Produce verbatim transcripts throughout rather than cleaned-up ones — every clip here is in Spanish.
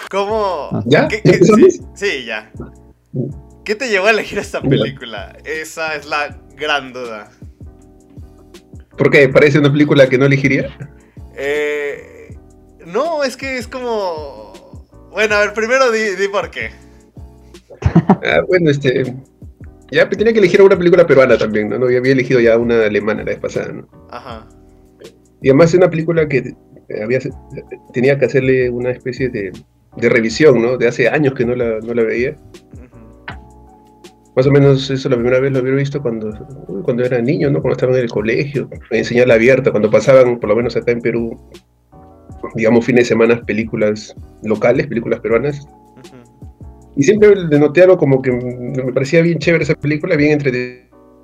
¿Cómo? ¿Ya? ¿Qué, ¿Ya qué- empezamos? sí, sí, ya. ¿Qué te llevó a elegir esta película? Esa es la gran duda. ¿Por qué? ¿Parece una película que no elegiría? Eh, no, es que es como... Bueno, a ver, primero di, di por qué. Ah, bueno, este... Ya pues, tenía que elegir una película peruana también, ¿no? No, ya había elegido ya una alemana la vez pasada, ¿no? Ajá. Y además es una película que eh, había, tenía que hacerle una especie de, de revisión, ¿no? De hace años que no la, no la veía. Ujú. Más o menos eso la primera vez lo había visto cuando, uy, cuando era niño, ¿no? Cuando estaba en el colegio, en señal abierta, cuando pasaban, por lo menos acá en Perú, digamos, fines de semana, películas locales, películas peruanas. Ujú. Y siempre le noté algo como que me parecía bien chévere esa película, bien entretenida,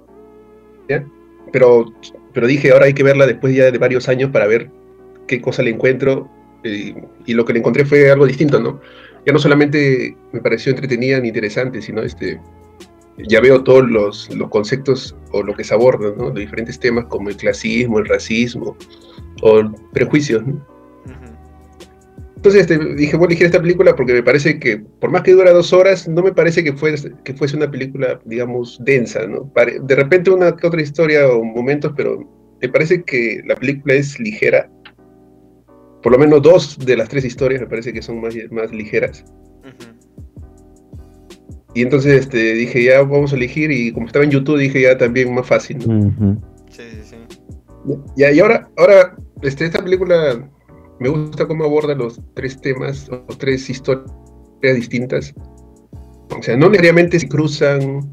pero, pero dije, ahora hay que verla después ya de varios años para ver qué cosa le encuentro, eh, y lo que le encontré fue algo distinto, ¿no? Ya no solamente me pareció entretenida ni interesante, sino este, ya veo todos los, los conceptos o lo que se aborda, ¿no? De diferentes temas como el clasismo, el racismo o el prejuicios, ¿no? Ujú. Entonces este, dije, voy a elegir esta película porque me parece que, por más que dura dos horas, no me parece que fuese, que fuese una película, digamos, densa, ¿no? Pare- De repente una que otra historia o momentos, pero me parece que la película es ligera. Por lo menos dos de las tres historias me parece que son más, más ligeras. Ujú. Y entonces este, dije, ya vamos a elegir, y como estaba en YouTube, dije, ya también más fácil, ¿no? Ujú. Sí, sí, sí. Ya, y ahora, ahora este, esta película me gusta cómo aborda los tres temas, o tres historias distintas. O sea, no necesariamente se cruzan,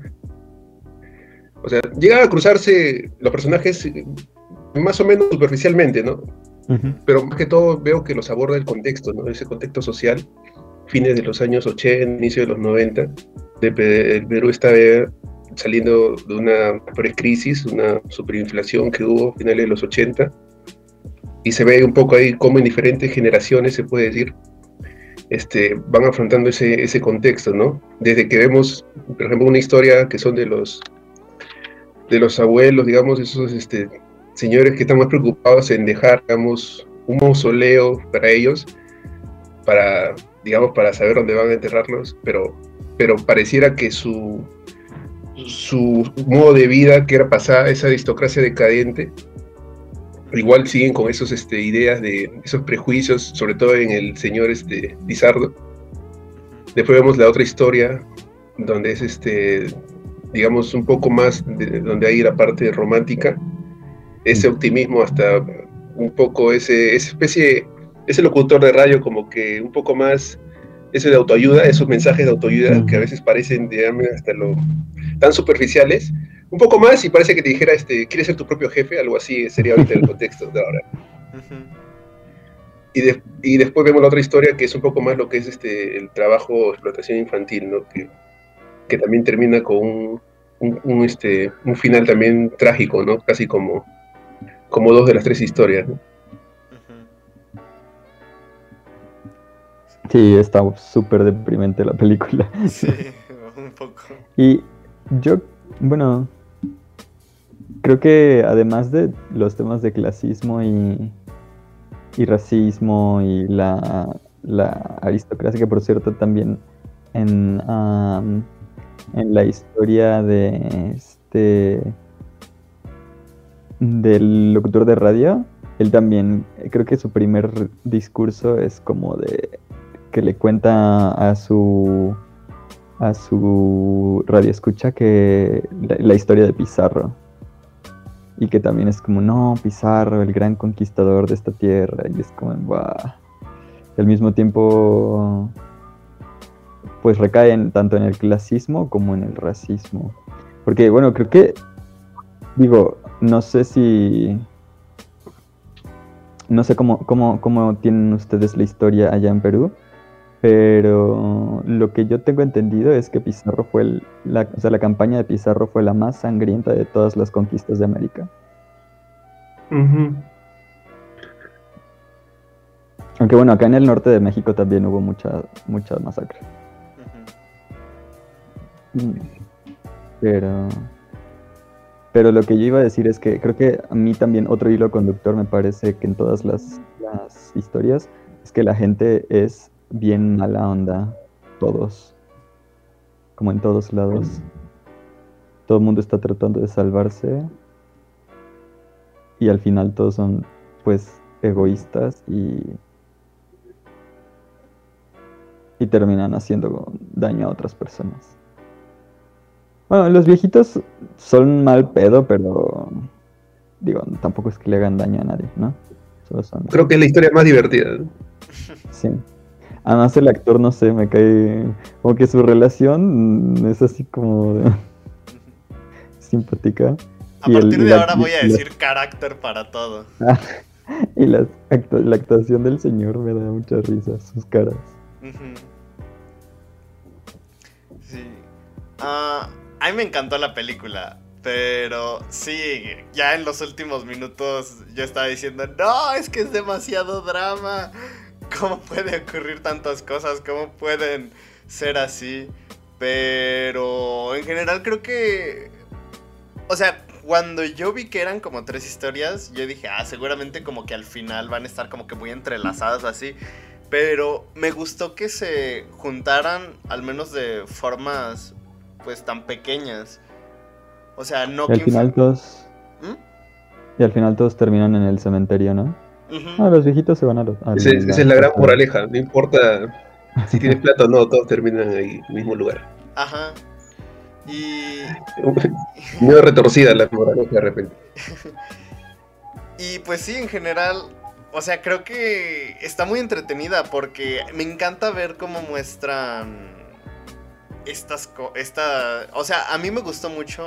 o sea, llegan a cruzarse los personajes eh, más o menos superficialmente, ¿no? Ujú. Pero más que todo veo que los aborda el contexto, ¿no? Ese contexto social, fines de los años ochenta, inicio de los noventa, de Pe- el Perú estaba saliendo de una peor crisis, una superinflación que hubo a finales de los ochenta, y se ve un poco ahí cómo en diferentes generaciones, se puede decir, este, van afrontando ese, ese contexto, ¿no? Desde que vemos, por ejemplo, una historia que son de los, de los abuelos, digamos, esos este, señores que están más preocupados en dejar, digamos, un mausoleo para ellos, para, digamos, para saber dónde van a enterrarlos, pero, pero pareciera que su, su modo de vida, que era pasar esa aristocracia decadente, igual siguen con esos este, ideas de esos prejuicios, sobre todo en el señor este, Lizardo. Después vemos la otra historia, donde es este, digamos, un poco más, de, donde hay la parte romántica, ese optimismo, hasta un poco ese, esa especie, ese locutor de radio como que un poco más, ese de autoayuda, esos mensajes de autoayuda Ujú. que a veces parecen, digamos, hasta lo tan superficiales, un poco más, y parece que te dijera, este, ¿quieres ser tu propio jefe? Algo así sería ahorita el contexto de ahora. Ujú. Y, de, y después vemos la otra historia, que es un poco más lo que es este, el trabajo o explotación infantil, ¿no? Que, que también termina con un, un, un, este, un final también trágico, ¿no? Casi como, como dos de las tres historias, ¿no? Ujú. Sí, está súper deprimente la película. Sí, un poco. Y yo, bueno, creo que además de los temas de clasismo y, y racismo y la, la aristocracia, que por cierto también en, am, en la historia de este del locutor de radio, él también, eh, creo que su primer discurso es como de que le cuenta a su a su radio escucha que la, la historia de Pizarro, y que también es como, no, Pizarro, el gran conquistador de esta tierra, y es como, ¡buah! Y al mismo tiempo pues recae en, tanto en el clasismo como en el racismo, porque bueno, creo que, digo, no sé si no sé cómo, cómo, cómo tienen ustedes la historia allá en Perú, pero lo que yo tengo entendido es que Pizarro fue el, la, o sea, la campaña de Pizarro fue la más sangrienta de todas las conquistas de América. Uh-huh. Aunque bueno, acá en el norte de México también hubo mucha, mucha masacre. Ujú. Pero, pero lo que yo iba a decir es que creo que a mí también otro hilo conductor me parece que en todas las, las historias es que la gente es bien mala onda, todos, como en todos lados. Todo el mundo está tratando de salvarse y al final todos son, pues, egoístas y, y terminan haciendo daño a otras personas. Bueno, los viejitos son mal pedo, pero digo, tampoco es que le hagan daño a nadie, ¿no? Solo son... Creo que es la historia más divertida, ¿no? Sí. Además el actor, no sé, me cae... Como que su relación es así como... de- simpática. A Y el- partir y de la- ahora voy a y la- decir carácter para todo. Y la, actu- la actuación del señor me da mucha risa, sus caras. Ujú. Sí. Ah, a mí me encantó la película, pero sí, ya en los últimos minutos yo estaba diciendo, no, es que es demasiado drama. ¿Cómo puede ocurrir tantas cosas? ¿Cómo pueden ser así? Pero en general creo que... O sea, cuando yo vi que eran como tres historias, yo dije, ah, seguramente como que al final van a estar como que muy entrelazadas o así. Pero me gustó que se juntaran, al menos de formas, pues, tan pequeñas. O sea, no Y al que... final todos... ¿Mm? Y al final todos terminan en el cementerio, ¿no? Ujú. Ah, los viejitos se van a los... a Ese- la- esa es la gran a- moraleja. No importa si tienes plata o no, todos terminan ahí, en el mismo lugar. Ajá. Y... Muy retorcida la moraleja de repente. Y pues sí, en general, o sea, creo que está muy entretenida porque me encanta ver cómo muestran estas cosas, esta, o sea, a mí me gustó mucho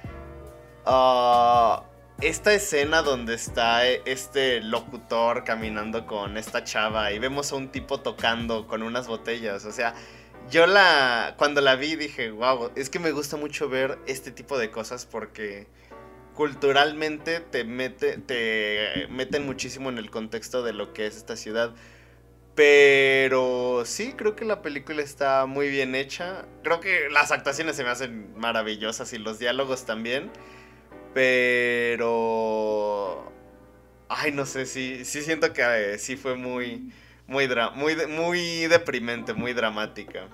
ah, esta escena donde está este locutor caminando con esta chava y vemos a un tipo tocando con unas botellas, o sea, yo la, cuando la vi dije, wow, es que me gusta mucho ver este tipo de cosas porque... culturalmente te mete te meten muchísimo en el contexto de lo que es esta ciudad. Pero sí, creo que la película está muy bien hecha. Creo que las actuaciones se me hacen maravillosas y los diálogos también. Pero ay, no sé, sí sí siento que eh, sí fue muy muy dra muy de- muy deprimente, muy dramática.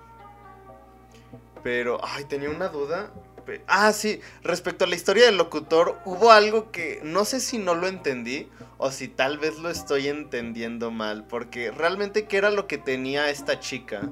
Pero ay, tenía una duda. Pe- Ah, sí, respecto a la historia del locutor, hubo algo que no sé si no lo entendí o si tal vez lo estoy entendiendo mal, porque realmente qué era lo que tenía esta chica.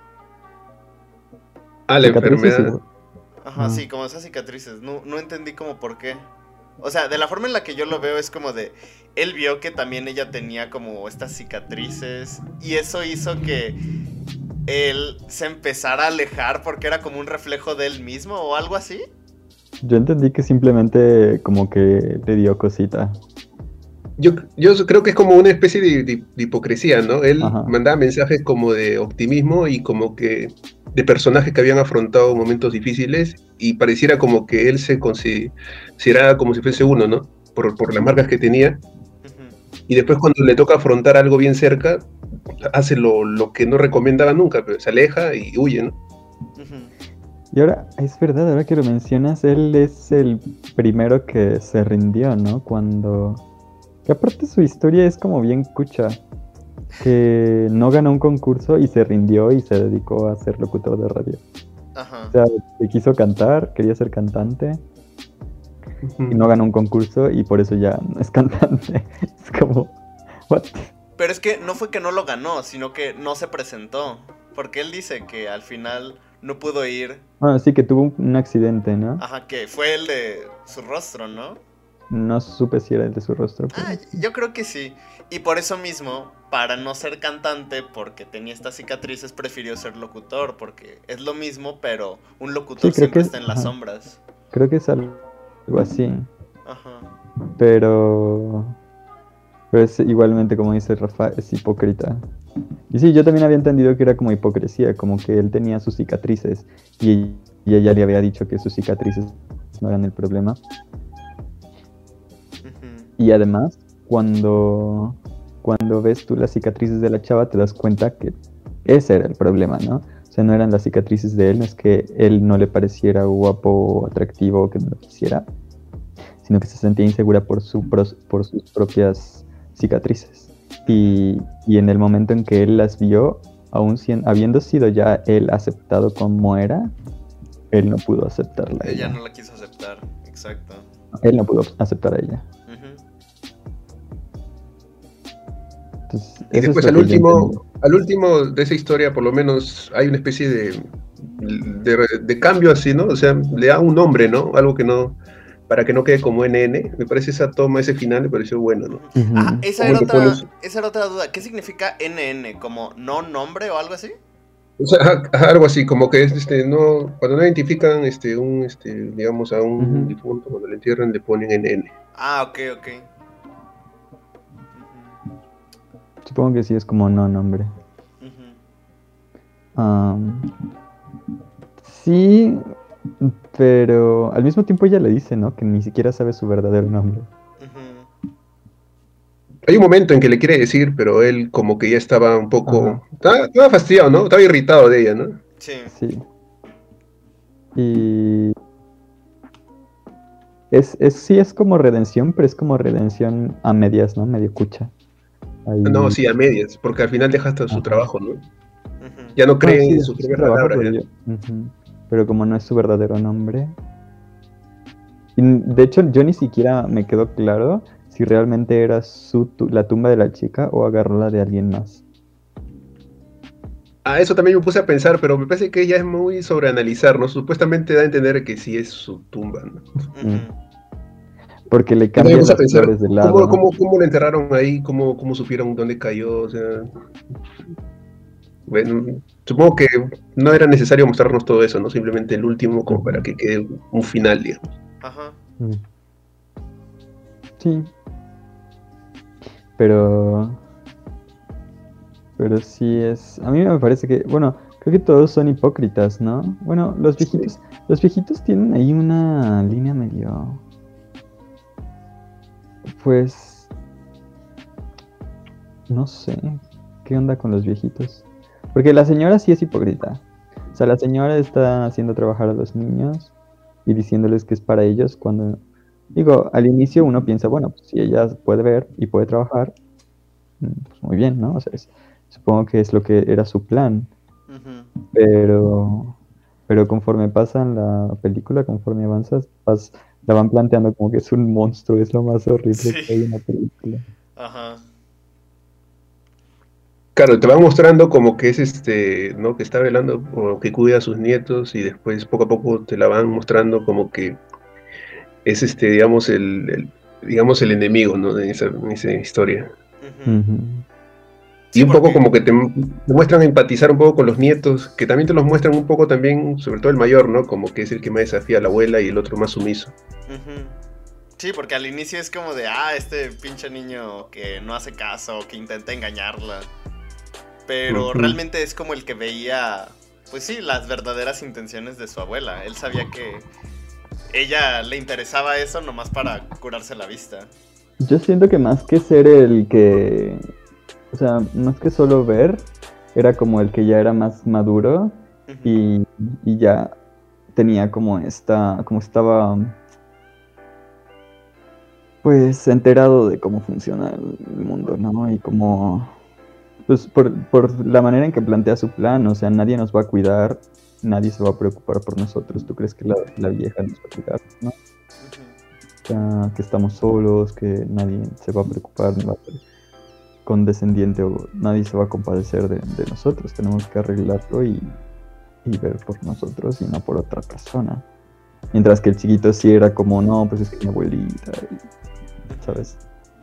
Ah, la cicatrices enfermedad. y- Ajá, Ah. sí, como esas cicatrices, no, no entendí como por qué. O sea, de la forma en la que yo lo veo es como de, él vio que también ella tenía como estas cicatrices y eso hizo que él se empezara a alejar porque era como un reflejo de él mismo o algo así. Yo entendí que simplemente como que le dio cosita. Yo, yo creo que es como una especie de, de- de hipocresía, ¿no? Él Ajá. mandaba mensajes como de optimismo y como que de personajes que habían afrontado momentos difíciles y pareciera como que él se consideraba como si fuese uno, ¿no? Por, por las marcas que tenía. Ujú. Y después cuando le toca afrontar algo bien cerca, hace lo, lo que no recomendaba nunca, pero se aleja y huye, ¿no? Ujú. Y ahora, es verdad, ahora que lo mencionas, él es el primero que se rindió, ¿no? Cuando... Que aparte su historia es como bien cucha. Que no ganó un concurso y se rindió y se dedicó a ser locutor de radio. Ajá. O sea, que quiso cantar, quería ser cantante y no ganó un concurso y por eso ya no es cantante. Es como... ¿What? Pero es que no fue que no lo ganó, sino que no se presentó. Porque él dice que al final no pudo ir. Bueno, sí que tuvo un, un accidente, ¿no? Ajá, que fue el de su rostro, ¿no? No supe si era el de su rostro. Pero... Ah, yo creo que sí. Y por eso mismo, para no ser cantante, porque tenía estas cicatrices, prefirió ser locutor. Porque es lo mismo, pero un locutor Sí, creo siempre que- está en las ajá. sombras. Creo que es algo así. Ajá. Pero... Pero es igualmente, como dice Rafa, es hipócrita. Y sí, yo también había entendido que era como hipocresía, como que él tenía sus cicatrices y, y ella le había dicho que sus cicatrices no eran el problema. Ujú. Y además, cuando, cuando ves tú las cicatrices de la chava, te das cuenta que ese era el problema, ¿no? O sea, no eran las cicatrices de él, no es que él no le pareciera guapo o atractivo o que no lo quisiera, sino que se sentía insegura por, su pros- por sus propias cicatrices. Y, y en el momento en que él las vio, aún siendo, habiendo sido ya él aceptado como era, él no pudo aceptarla a Ella ella. no la quiso aceptar, exacto. Él no pudo aceptar a ella. Ujú. Entonces, Y eso es después lo al que yo entendí. último, al último de esa historia, por lo menos hay una especie de, de, de cambio así, ¿no? O sea, le da un nombre, ¿no? Algo que no, para que no quede como N N. Me parece esa toma, ese final, me pareció bueno, ¿no? Ujú. Ujú. Ah, esa ¿Cómo era le otra, pones? esa era otra duda. ¿Qué significa N N? ¿Como no nombre o algo así? O sea, ajá, ajá, algo así, como que es, este, no, cuando no identifican, este, un, este, digamos, a un Ujú. difunto, cuando le entierran, le ponen N N. Ah, ok, ok. Supongo que sí es como no nombre. Ujú, ujú. Am, sí, pero al mismo tiempo ella le dice, ¿no? Que ni siquiera sabe su verdadero nombre. Ujú. Hay un momento en que le quiere decir, pero él como que ya estaba un Ajá, poco, estaba, estaba fastidiado, ¿no? Estaba irritado de ella, ¿no? Sí. sí. Y es, es, sí es como redención, pero es como redención a medias, ¿no? Medio cucha. No, Ahí, sí, a medias, porque al final deja hasta su ajá. trabajo, ¿no? Ujú. Ya no Bueno, cree sí, en es sus su propias trabajo, palabras, pero ya. yo. Ujú. Pero como no es su verdadero nombre. Y de hecho, yo ni siquiera me quedó claro si realmente era su tu- la tumba de la chica o agarró la de alguien más. Ah, eso también me puse a pensar, pero me parece que ya es muy sobreanalizar, ¿no? Supuestamente da a entender que sí es su tumba, ¿no? Mm. Ujú. Porque le Yo también me cambian puse a las pensar, flores de ¿cómo, lado. cómo, cómo lo enterraron ahí? ¿Cómo, cómo supieron dónde cayó? O sea, bueno, supongo que no era necesario mostrarnos todo eso, ¿no? Simplemente el último como para Ujú. que quede un final, digamos. Ajá. Mm. Sí, pero. Pero sí es. A mí me parece que. Bueno, creo que todos son hipócritas, ¿no? Bueno, los Sí. viejitos. Los viejitos tienen ahí una línea medio. Pues. No sé. ¿Qué onda con los viejitos? Porque la señora sí es hipócrita. O sea, la señora está haciendo trabajar a los niños y diciéndoles que es para ellos cuando. Digo, al inicio uno piensa, bueno, pues si ella puede ver y puede trabajar, mm, pues muy bien, ¿no? O sea, es- supongo que es lo que era su plan. Ujú. Pero, pero conforme pasa la película, conforme avanzas, vas, la van planteando como que es un monstruo, es lo más horrible Sí. que hay en la película. Ajá. Claro, te van mostrando como que es este, ¿no? Que está velando o que cuida a sus nietos y después poco a poco te la van mostrando como que es este, digamos, el, el- digamos, el enemigo, ¿no? En esa, en esa historia. Ujú. Ujú. Y Sí, un poco porque. como que te, te muestran empatizar un poco con los nietos, que también te los muestran un poco también, sobre todo el mayor, ¿no? Como que es el que más desafía a la abuela y el otro más sumiso. Ujú. Sí, porque al inicio es como de, ah, este pinche niño que no hace caso, que intenta engañarla. Pero Ujú. realmente es como el que veía, pues sí, las verdaderas intenciones de su abuela. Él sabía que ella le interesaba eso nomás para curarse la vista. Yo siento que más que ser el que, o sea, más que solo ver, era como el que ya era más maduro Ujú. y, y ya tenía como esta, como estaba, pues enterado de cómo funciona el el mundo, ¿no? Y como, pues por, por la manera en que plantea su plan, o sea, nadie nos va a cuidar, nadie se va a preocupar por nosotros. ¿Tú crees que la, la vieja nos va a cuidar, no? Ujú. O sea, que estamos solos, que nadie se va a preocupar, ni va a ser condescendiente o nadie se va a compadecer de, de nosotros. Tenemos que arreglarlo y, y ver por nosotros y no por otra persona. Mientras que el chiquito sí era como, no, pues es que mi abuelita, y- ¿sabes?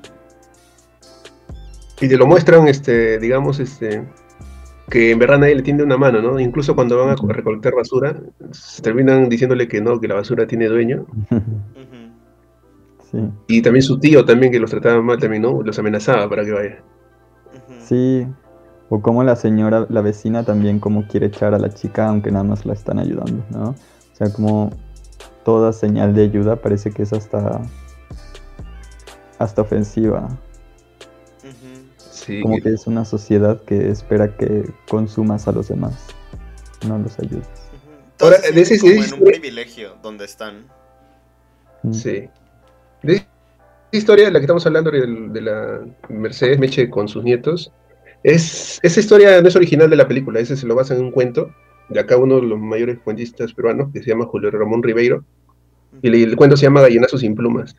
Y te lo muestran, este, digamos, este, que en verdad nadie le tiende una mano, ¿no? Incluso cuando van a co- a recolectar basura, s- terminan diciéndole que no, que la basura tiene dueño. Ujú. Sí, Y también su tío también, que los trataba mal también, ¿no? Los amenazaba para que vaya. Ujú. sí. O como la señora, la vecina también como quiere echar a la chica aunque nada más la están ayudando, ¿no? O sea, como toda señal de ayuda parece que es hasta, hasta ofensiva. Ujú. Sí. Como que es una sociedad que espera que consumas a los demás, no los ayudes. Ujú. Todos Ahora, se de sienten ese, de como esa en un historia, privilegio donde están. Mm. sí. De esa historia de la que estamos hablando, de, de la Mercedes Meche con sus nietos, Es, esa historia no es original de la película, ese se lo basa en un cuento de acá uno de los mayores cuentistas peruanos, que se llama Julio Ramón Ribeiro, y el, el cuento se llama Gallinazos sin plumas.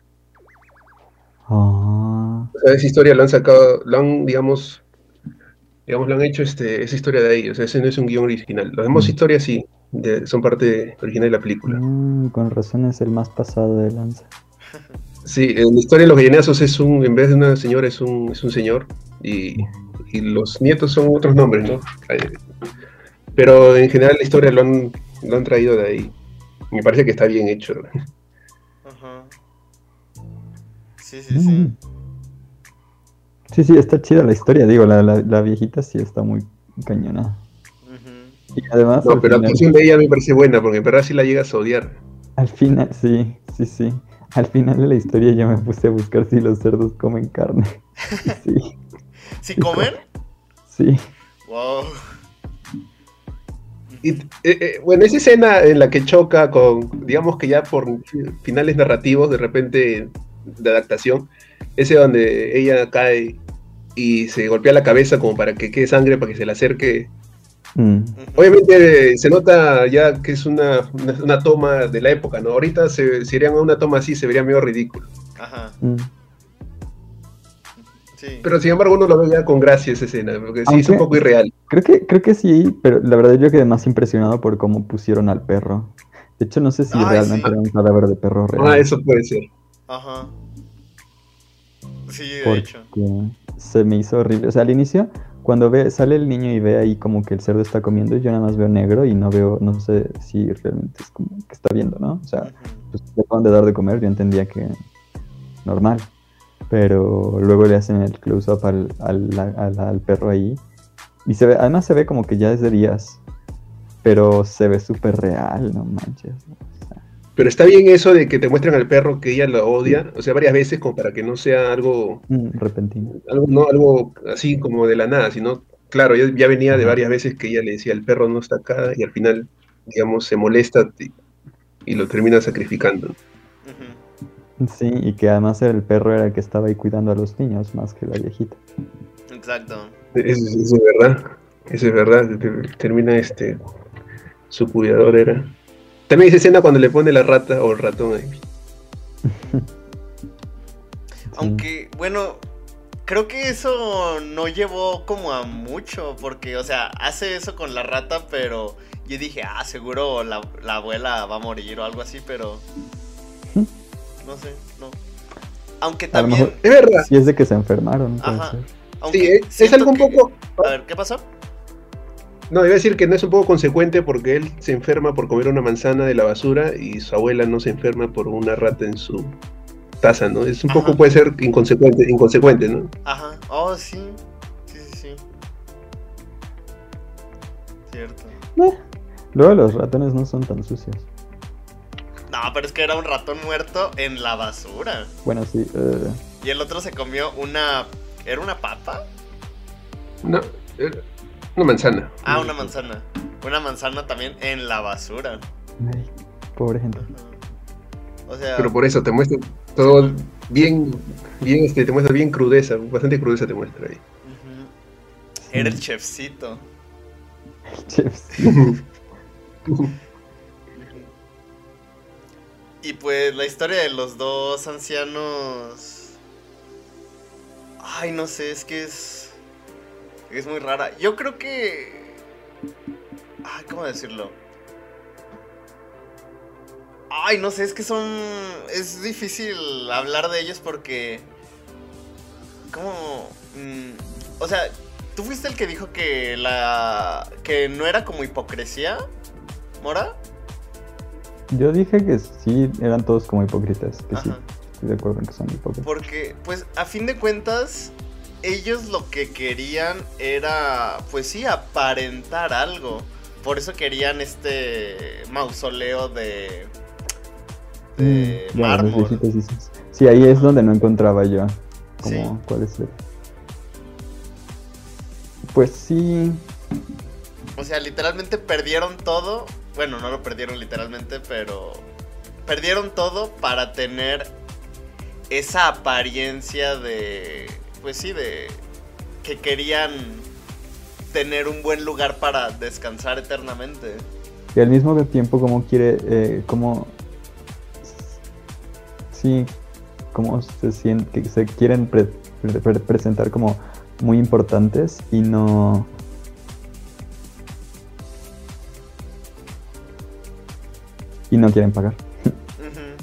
Ah, O sea, esa historia la han sacado, lo han, digamos, digamos, lo han hecho este, esa historia de ahí, o sea, ese no es un guión original. Las demás Mm. historias sí, de- son parte original de la película. mm, con razón es el más pasado de lanza. Sí, en la historia de los gallinazos es un, en vez de una señora, es un, es un señor, y, y los nietos son otros nombres, ¿no? Pero en general la historia lo han, lo han traído de ahí. Me parece que está bien hecho. Ajá. Sí, sí, sí. Mm. Sí, sí, está chida la historia, digo, la, la, la viejita sí está muy cañona. Ujú. Y además No, al pero la final, actuación de ella me parece buena, porque en verdad sí la llegas a odiar. al final, sí, sí, sí. Al final de la historia yo me puse a buscar si los cerdos comen carne. Sí, ¿Sí comen? sí. Wow. Y, eh, eh, bueno, esa escena en la que choca con, digamos que ya por fi- finales narrativos, de repente, de adaptación, ese donde ella cae y se golpea la cabeza como para que quede sangre, para que se le acerque. Mm, Ujú. Obviamente eh, se nota ya que es una, una, una toma de la época, ¿no? Ahorita se, si harían una toma así se vería medio ridículo. Ajá. mm. Sí. Pero sin embargo uno lo ve ya con gracia esa escena, porque sí es un Aunque- poco irreal. Creo que, creo que sí, pero la verdad yo quedé más impresionado por cómo pusieron al perro. De hecho, no sé si Ay, realmente sí. era un cadáver de perro real. Ah, eso puede ser. Ajá. Sí, de Porque hecho. se me hizo horrible. O sea, al inicio, cuando ve, sale el niño y ve ahí como que el cerdo está comiendo, yo nada más veo negro y no veo, no sé si realmente es como que está viendo, ¿no? O sea, Ujú. pues le acaban de dar de comer, yo entendía que normal. Pero luego le hacen el close-up al, al, al, al perro ahí. Y se ve, además se ve como que ya es de días. Pero se ve súper real, no manches. O sea, Pero está bien eso de que te muestran al perro que ella lo odia, o sea, varias veces como para que no sea algo, mm, repentino. algo, no, algo así como de la nada, sino, claro, ya, ya venía de Ajá. varias veces que ella le decía, el perro no está acá, y al final, digamos, se molesta y, y lo termina sacrificando. Ujú. Sí, y que además el perro era el que estaba ahí cuidando a los niños más que la viejita. Exacto. Eso, eso es verdad, eso es verdad, te- termina este, su cuidador era. También esa escena cuando le pone la rata o el ratón ahí. Sí. Aunque, bueno, creo que eso no llevó como a mucho, porque, o sea, hace eso con la rata, pero yo dije, ah, seguro la, la abuela va a morir o algo así, pero no sé, no. Aunque A lo también, mejor Es verdad, sí es de que se enfermaron, puede ajá, ser. aunque sí, es, es siento algo un que- poco... A ver, ¿qué pasó? No, iba a decir que no es un poco consecuente porque él se enferma por comer una manzana de la basura y su abuela no se enferma por una rata en su taza, ¿no? Es un Ajá. poco, puede ser inconsecuente, inconsecuente, ¿no? Ajá, oh, sí, sí, sí, sí. Cierto. Eh, Luego los ratones no son tan sucios. No, pero es que era un ratón muerto en la basura. Bueno, sí. eh, Y el otro se comió una... ¿Era una papa? No, eh, una manzana. Ah, una manzana. Una manzana también en la basura. ay, pobre gente. Ajá. O sea... Pero por eso te muestra todo bien, bien, este, te muestra bien crudeza, bastante crudeza te muestra ahí. ujú. Era el chefcito. Chefs. Ujú. Y pues la historia de los dos ancianos... Ay, no sé, es que es... Es muy rara. Yo creo que... Ay, ¿cómo decirlo? Ay, no sé, es que son... Es difícil hablar de ellos porque... ¿Cómo? Mm, o sea, ¿tú fuiste el que dijo que la... que no era como hipocresía, Mora? Yo dije que sí, eran todos como hipócritas. Que sí, Ajá. estoy de acuerdo en que son hipócritas. Porque, pues, a fin de cuentas, ellos lo que querían era, pues sí, aparentar algo. Por eso querían este mausoleo de, de Mm, ya, los mármol. viejitos dices. Sí, ahí es donde no encontraba yo. Como, Sí. ¿cuál es el? Pues sí. O sea, literalmente perdieron todo. Bueno, no lo perdieron literalmente, pero perdieron todo para tener esa apariencia de, pues sí, de que querían tener un buen lugar para descansar eternamente. Y al mismo tiempo como quiere, eh, como... Sí, como se sienten, que se quieren pre- pre- presentar como muy importantes y no... Y no quieren pagar. Uh-huh.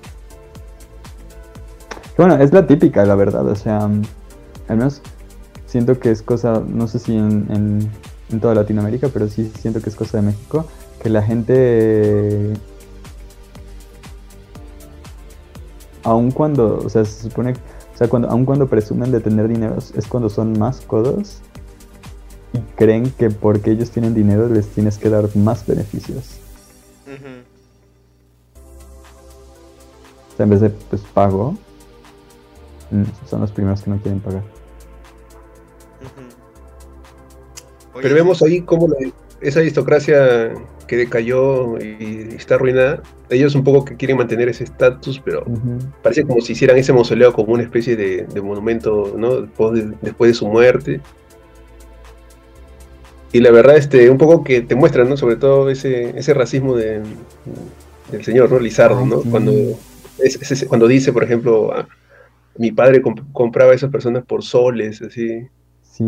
Bueno, es la típica, la verdad, o sea, al menos siento que es cosa, no sé si en, en, en toda Latinoamérica, pero sí siento que es cosa de México, que la gente, aun cuando, o sea, se supone, o sea, cuando, aun cuando presumen de tener dinero, es cuando son más codos y creen que porque ellos tienen dinero les tienes que dar más beneficios. Uh-huh. O sea, en vez de, pues, pago, son los primeros que no quieren pagar. Uh-huh. Oye, pero vemos ahí cómo la, esa aristocracia que decayó y está arruinada, ellos un poco que quieren mantener ese estatus, pero uh-huh. parece como si hicieran ese mausoleo como una especie de, de monumento, ¿no? Después de, después de su muerte. Y la verdad, este, un poco que te muestran, ¿no? Sobre todo ese, ese racismo de, del señor, ¿no? Lizardo, ¿no? Sí. Cuando, es, es, cuando dice, por ejemplo, a, mi padre comp- compraba a esas personas por soles, así. Sí.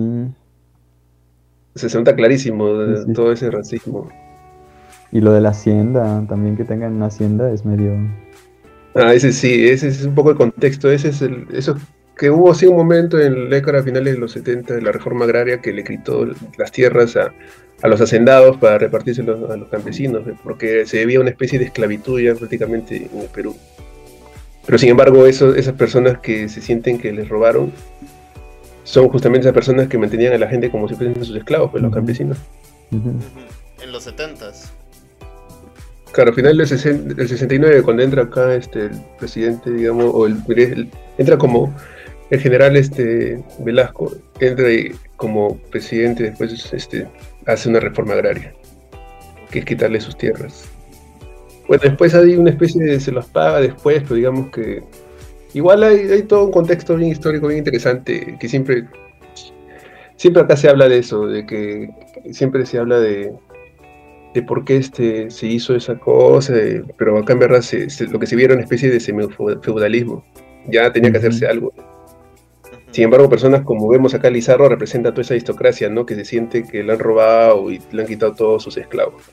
Se nota clarísimo de, sí, sí. todo ese racismo. Y lo de la hacienda, también que tengan una hacienda es medio... Ah, ese sí, ese es un poco el contexto, ese es el, eso que hubo así un momento en la década finales de los setenta de la reforma agraria que le quitó las tierras a, a los hacendados para repartírselos a los campesinos, porque se debía una especie de esclavitud ya prácticamente en el Perú. Pero sin embargo, eso, esas personas que se sienten que les robaron son justamente esas personas que mantenían a la gente como si fuesen sus esclavos, pues, uh-huh. los campesinos. Uh-huh. Uh-huh. En los setentas. Claro, al final del, sesen- del sesenta y nueve, cuando entra acá este, el presidente, digamos, o el, el entra como el general este, Velasco, entra y, como presidente, después este, hace una reforma agraria, que es quitarle sus tierras. Bueno, después hay una especie de, se los paga después, pero digamos que igual hay, hay todo un contexto bien histórico, bien interesante, que siempre, siempre acá se habla de eso, de que siempre se habla de, de por qué este, se hizo esa cosa, eh, pero acá en verdad se, se, lo que se vieron una especie de semifeudalismo, ya tenía que hacerse algo. Sin embargo, personas como vemos acá, Lizardo representa toda esa aristocracia, ¿no? Que se siente que le han robado y le han quitado todos sus esclavos.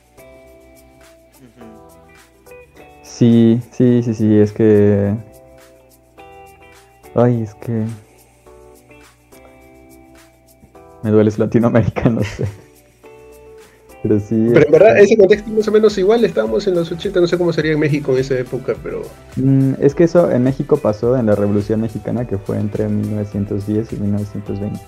Sí, sí, sí, sí, es que... Ay, es que... Me duele Latinoamérica, no sé. Pero sí... Pero en verdad, ese contexto más o menos igual, estábamos en los ochenta, no sé cómo sería en México en esa época, pero... Mm, es que eso en México pasó en la Revolución Mexicana, que fue entre mil novecientos diez y mil novecientos veinte.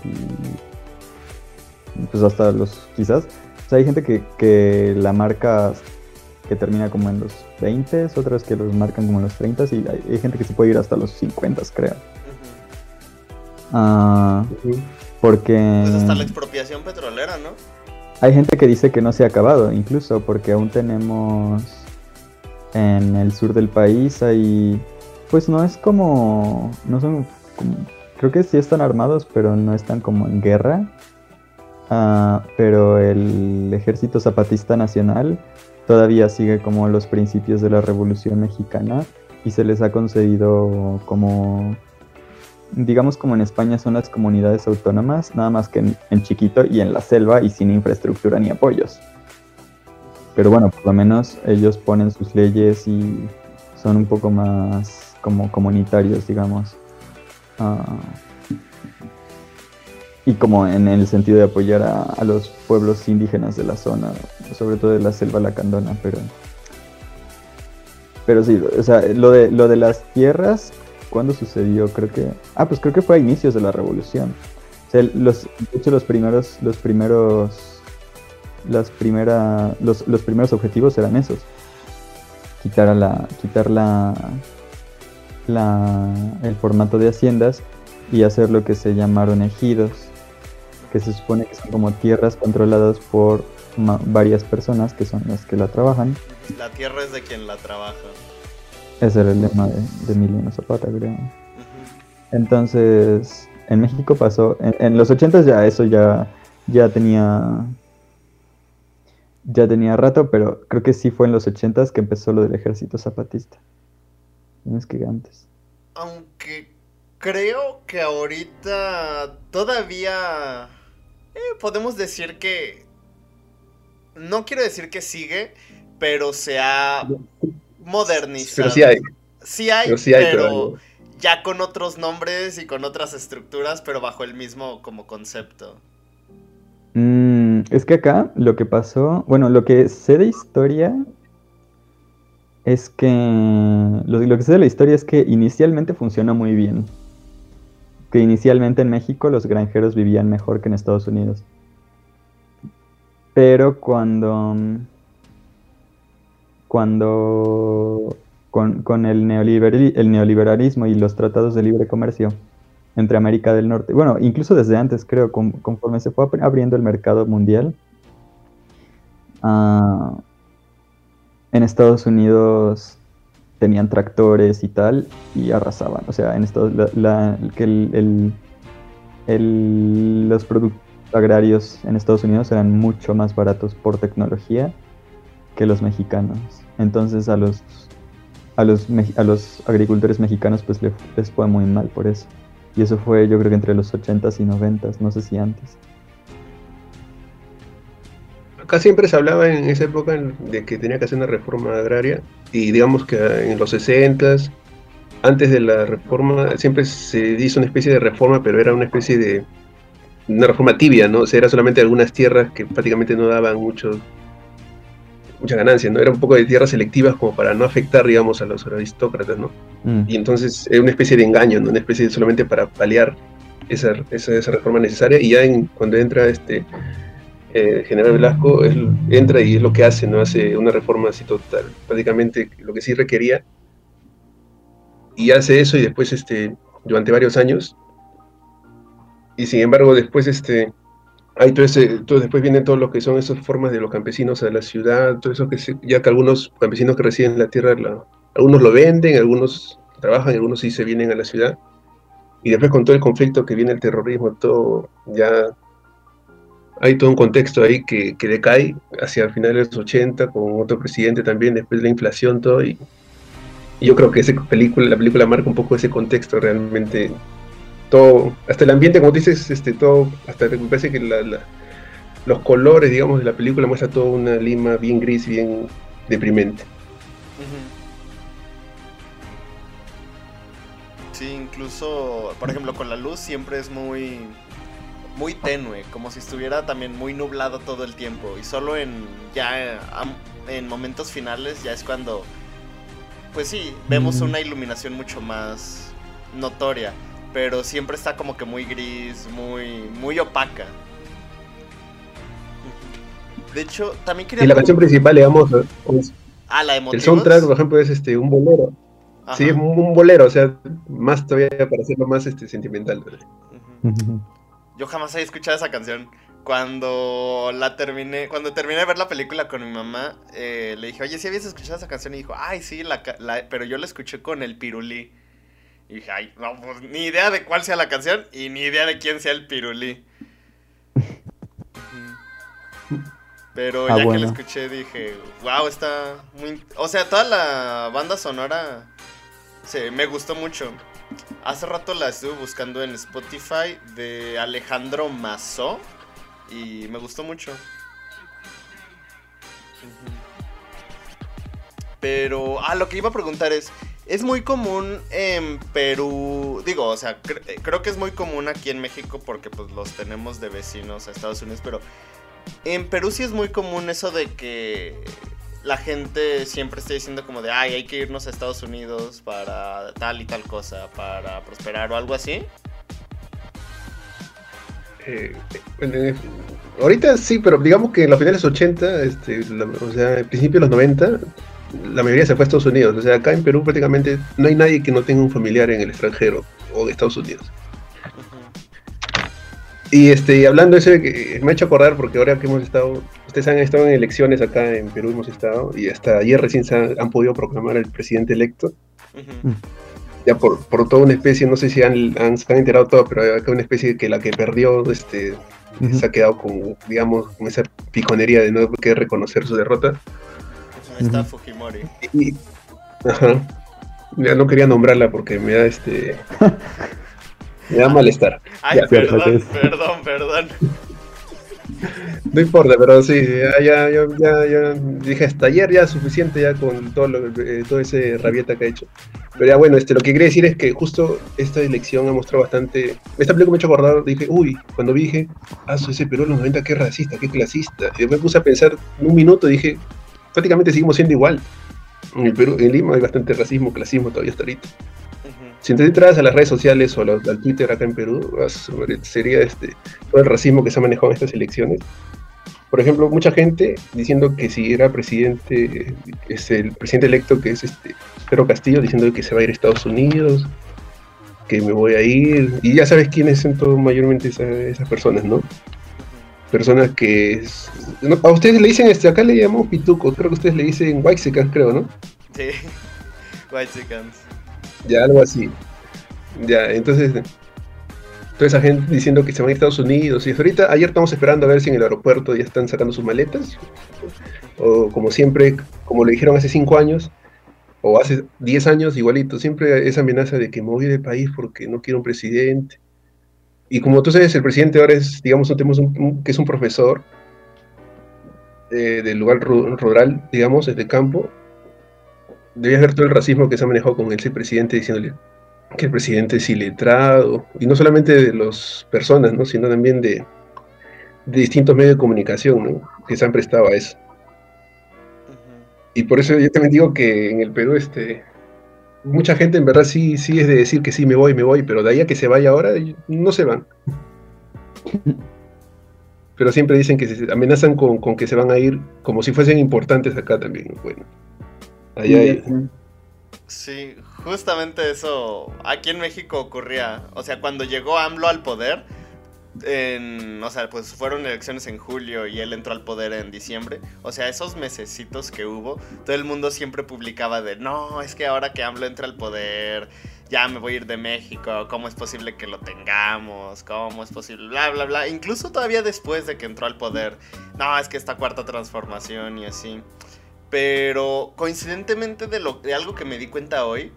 Pues hasta los... quizás... O sea, hay gente que, que la marca... que termina como en los veinte, otras que los marcan como en los treinta, y hay, hay gente que se puede ir hasta los cincuenta, creo. Uh-huh. Uh, uh-huh. Porque... Pues hasta la expropiación petrolera, ¿no? Hay gente que dice que no se ha acabado, incluso, porque aún tenemos en el sur del país, hay... Pues no es como... no son... Como, creo que sí están armados, pero no están como en guerra. Uh, pero el Ejército Zapatista Nacional todavía sigue como los principios de la Revolución Mexicana y se les ha concedido como, digamos como en España son las comunidades autónomas, nada más que en, en chiquito y en la selva y sin infraestructura ni apoyos. Pero bueno, por lo menos ellos ponen sus leyes y son un poco más como comunitarios, digamos. Uh, y como en el sentido de apoyar a, a los pueblos indígenas de la zona, sobre todo de la selva lacandona, pero pero sí, o sea, lo de lo de las tierras, ¿cuándo sucedió? Creo que ah, pues creo que fue a inicios de la revolución. O sea, los de hecho los primeros los primeros las primera los, los primeros objetivos eran esos. Quitar a la quitar la la el formato de haciendas y hacer lo que se llamaron ejidos, que se supone que son como tierras controladas por ma- varias personas que son las que la trabajan. La tierra es de quien la trabaja. Ese era el lema de, de Emiliano Zapata, creo. Uh-huh. Entonces, en México pasó, en, en los ochentas ya eso ya, ya tenía ya tenía rato, pero creo que sí fue en los ochentas que empezó lo del Ejército Zapatista. No es que antes. Aunque creo que ahorita todavía eh, podemos decir que, no quiero decir que sigue, pero se ha modernizado. Pero sí hay. Sí hay, pero, sí hay, pero pero ya con otros nombres y con otras estructuras, pero bajo el mismo como concepto. Mm, es que acá lo que pasó, bueno, lo que sé de historia es que lo, lo que sé de la historia es que inicialmente funcionó muy bien. Que inicialmente en México los granjeros vivían mejor que en Estados Unidos. Pero cuando cuando con, con el, neoliberal, el neoliberalismo y los tratados de libre comercio entre América del Norte, bueno, incluso desde antes creo, con, conforme se fue abriendo el mercado mundial, uh, en Estados Unidos tenían tractores y tal, y arrasaban. O sea, en Estados la, la, que el, el, el, los productos agrarios en Estados Unidos eran mucho más baratos por tecnología que los mexicanos. Entonces a los a los, a los agricultores mexicanos pues les, les fue muy mal por eso. Y eso fue, yo creo que entre los ochentas y noventas, no sé si antes. Acá siempre se hablaba en esa época de que tenía que hacer una reforma agraria, y digamos que en los sesentas, antes de la reforma, siempre se hizo una especie de reforma, pero era una especie de una reforma tibia, ¿no? O sea, era solamente algunas tierras que prácticamente no daban mucho, mucha ganancia, ¿no? Era un poco de tierras selectivas como para no afectar, digamos, a los aristócratas, ¿no? Mm. Y entonces era una especie de engaño, ¿no? Una especie de solamente para paliar esa, esa, esa reforma necesaria, y ya en, cuando entra este eh, General Velasco, él entra y es lo que hace, ¿no? Hace una reforma así total, prácticamente lo que sí requería, y hace eso, y después, este, durante varios años, y sin embargo después, este, hay todo ese, todo, después vienen todo lo que son esas formas de los campesinos a la ciudad, todo eso que se, ya que algunos campesinos que residen en la tierra, la, algunos lo venden, algunos trabajan, algunos sí se vienen a la ciudad, y después con todo el conflicto que viene el terrorismo, todo, ya hay todo un contexto ahí que, que decae hacia el final de los ochenta, con otro presidente también, después de la inflación, todo, y, y yo creo que esa película, la película marca un poco ese contexto realmente. Todo, hasta el ambiente, como dices, este, todo, hasta me parece que la, la, los colores, digamos, de la película muestra toda una Lima bien gris, bien deprimente. Uh-huh. Sí, incluso, por ejemplo, con la luz siempre es muy, muy tenue, como si estuviera también muy nublado todo el tiempo, y solo en ya en momentos finales ya es cuando, pues sí, vemos una iluminación mucho más notoria. Pero siempre está como que muy gris, muy muy opaca. De hecho, también quería... Y la canción principal, digamos, es, ah, la de Motivos. El soundtrack, por ejemplo, es este un bolero. Ajá. Sí, es un, un bolero, o sea, más todavía para hacerlo más este, sentimental. Uh-huh. Yo jamás había escuchado esa canción. Cuando la terminé, cuando terminé de ver la película con mi mamá, eh, le dije, oye, ¿sí habías escuchado esa canción? Y dijo, ay, sí, la, la, pero yo la escuché con el Pirulí. Y dije, ay, no, pues ni idea de cuál sea la canción y ni idea de quién sea el Pirulí. Pero ah, ya bueno. que la escuché dije, wow, está muy... O sea, toda la banda sonora sí, me gustó mucho. Hace rato la estuve buscando en Spotify de Alejandro Mazó y me gustó mucho. Pero, ah, lo que iba a preguntar es... Es muy común en Perú, digo, o sea, cre- creo que es muy común aquí en México porque pues los tenemos de vecinos a Estados Unidos, pero en Perú sí es muy común eso de que la gente siempre esté diciendo como de, ay, hay que irnos a Estados Unidos para tal y tal cosa, para prosperar o algo así. Eh, eh, ahorita sí, pero digamos que en los finales ochenta, este, la, o sea, al principio de los noventa... la mayoría se fue a Estados Unidos. O sea, acá en Perú prácticamente no hay nadie que no tenga un familiar en el extranjero o en Estados Unidos. Uh-huh. Y este, hablando de eso, me ha hecho acordar porque ahora que hemos estado, ustedes han estado en elecciones acá en Perú, hemos estado, y hasta ayer recién se han, han podido proclamar al presidente electo. Uh-huh. Ya por, por toda una especie, no sé si han, han, se han enterado todo, pero hay acá una especie que la que perdió este, uh-huh. se ha quedado con, digamos, con esa piconería de no querer reconocer su derrota. Está uh-huh. Fujimori. Y, ajá, ya no quería nombrarla porque me da este... me da malestar. Ay, ya, perdón, perdón, perdón. No importa, pero sí, ya, ya, ya, ya, ya dije hasta ayer ya suficiente ya con todo, lo, eh, todo ese rabieta que ha hecho. Pero ya bueno, este, lo que quería decir es que justo esta elección ha mostrado bastante... Esta película me ha hecho acordar, dije, uy, cuando vi dije, ah, ese Perú en los noventa, qué racista, qué clasista. Y me puse a pensar en un minuto y dije, prácticamente seguimos siendo igual. En el Perú, en Lima hay bastante racismo, clasismo todavía hasta ahorita. Si te entras a las redes sociales o al Twitter acá en Perú, sería este, todo el racismo que se ha manejado en estas elecciones. Por ejemplo, mucha gente diciendo que si era presidente, es el presidente electo que es este Pedro Castillo, diciendo que se va a ir a Estados Unidos, que me voy a ir, y ya sabes quiénes son todos mayormente esa, esas personas, ¿no? Personas que... Es, no, a ustedes le dicen, este, acá le llamamos pitucos, creo que ustedes le dicen whitexicans, creo, ¿no? Sí, whitexicans. Ya, algo así. Ya, entonces, toda esa gente diciendo que se van a Estados Unidos. Y ahorita, ayer estamos esperando a ver si en el aeropuerto ya están sacando sus maletas. O como siempre, como le dijeron hace cinco años, o hace diez años, igualito. Siempre esa amenaza de que me voy del país porque no quiero un presidente. Y como tú sabes, el presidente ahora es, digamos, tenemos un, un, que es un profesor eh, del lugar rural, digamos, desde campo. Debías ver todo el racismo que se ha manejado con ese presidente diciéndole que el presidente es iletrado, y no solamente de las personas, ¿no? Sino también de, de distintos medios de comunicación, ¿no? Que se han prestado a eso. Uh-huh. Y por eso yo también digo que en el Perú este, mucha gente en verdad sí, sí es de decir que sí, me voy, me voy, pero de ahí a que se vaya ahora, no se van. Pero siempre dicen que se amenazan con, con que se van a ir como si fuesen importantes acá también, ¿no? Bueno. Allá hay... Sí, justamente eso aquí en México ocurría. O sea, cuando llegó AMLO al poder, en, o sea, pues fueron elecciones en julio y él entró al poder en diciembre. O sea, esos mesecitos que hubo, todo el mundo siempre publicaba de, no, es que ahora que AMLO entra al poder, ya me voy a ir de México, ¿cómo es posible que lo tengamos? ¿Cómo es posible? Bla, bla, bla. Incluso todavía después de que entró al poder, no, es que esta cuarta transformación y así. Pero coincidentemente de, lo, de algo que me di cuenta hoy,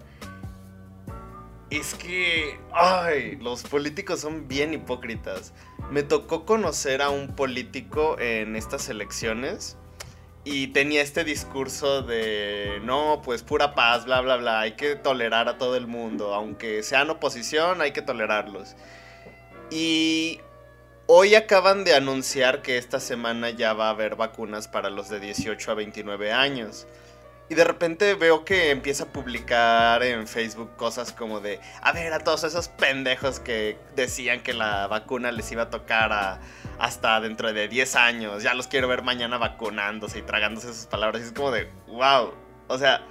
es que, ay, los políticos son bien hipócritas. Me tocó conocer a un político en estas elecciones y tenía este discurso de, no, pues pura paz, bla, bla, bla, hay que tolerar a todo el mundo, aunque sean oposición, hay que tolerarlos. Y... hoy acaban de anunciar que esta semana ya va a haber vacunas para los de dieciocho a veintinueve años. Y de repente veo que empieza a publicar en Facebook cosas como de, a ver, a todos esos pendejos que decían que la vacuna les iba a tocar a, hasta dentro de diez años. Ya los quiero ver mañana vacunándose y tragándose sus palabras. Y es como de, wow. O sea,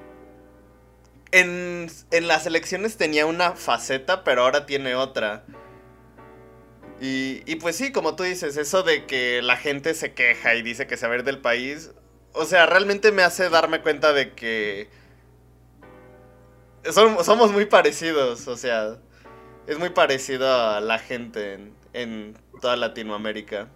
en, en las elecciones tenía una faceta, pero ahora tiene otra. Y, y pues sí, como tú dices, eso de que la gente se queja y dice que se va a ir del país, o sea, realmente me hace darme cuenta de que son, somos muy parecidos, o sea, es muy parecido a la gente en, en toda Latinoamérica.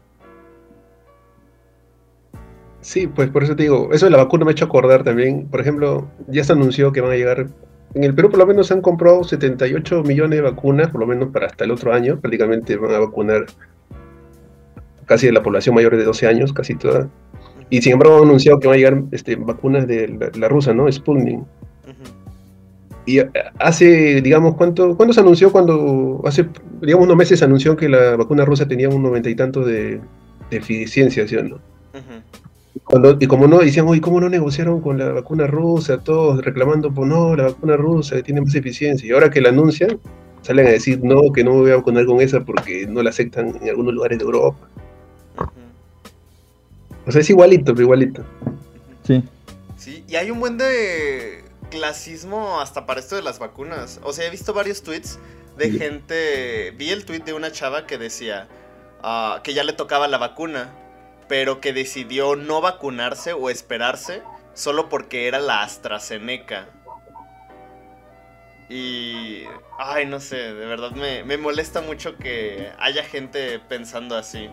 Sí, pues por eso te digo, eso de la vacuna me ha hecho acordar también, por ejemplo, ya se anunció que van a llegar... En el Perú por lo menos se han comprado setenta y ocho millones de vacunas, por lo menos para hasta el otro año. Prácticamente van a vacunar casi de la población mayor de doce años, casi toda. Y sin embargo han anunciado que van a llegar este, vacunas de la, la rusa, ¿no? Sputnik. Uh-huh. Y hace, digamos, ¿cuánto, ¿cuándo se anunció? Cuando hace, digamos, unos meses se anunció que la vacuna rusa tenía un noventa y tanto de, de eficiencia, ¿sí o no? Uh-huh. Cuando, y como no, decían, oye, ¿cómo no negociaron con la vacuna rusa? Todos reclamando, pues no, la vacuna rusa tiene más eficiencia. Y ahora que la anuncian, salen a decir, no, que no me voy a vacunar con esa porque no la aceptan en algunos lugares de Europa. Uh-huh. O sea, es igualito, pero igualito. Sí. Sí, y hay un buen de clasismo hasta para esto de las vacunas. O sea, he visto varios tweets de sí. gente... Vi el tweet de una chava que decía uh, que ya le tocaba la vacuna, pero que decidió no vacunarse o esperarse solo porque era la AstraZeneca. Y... Ay, no sé, de verdad me, me molesta mucho que haya gente pensando así.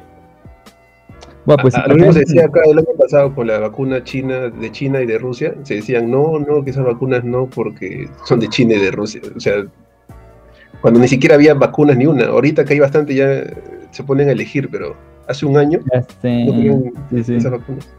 Bueno, pues A- si a- lo mismo se ponen- decía acá el año pasado con la vacuna china, de China y de Rusia. Se decían, no, no, que esas vacunas no, porque son de China y de Rusia. O sea, cuando ni siquiera había vacunas ni una. Ahorita que hay bastante ya eh, se ponen a elegir, pero hace un año ya no sé, querían sí, sí. esas vacunas.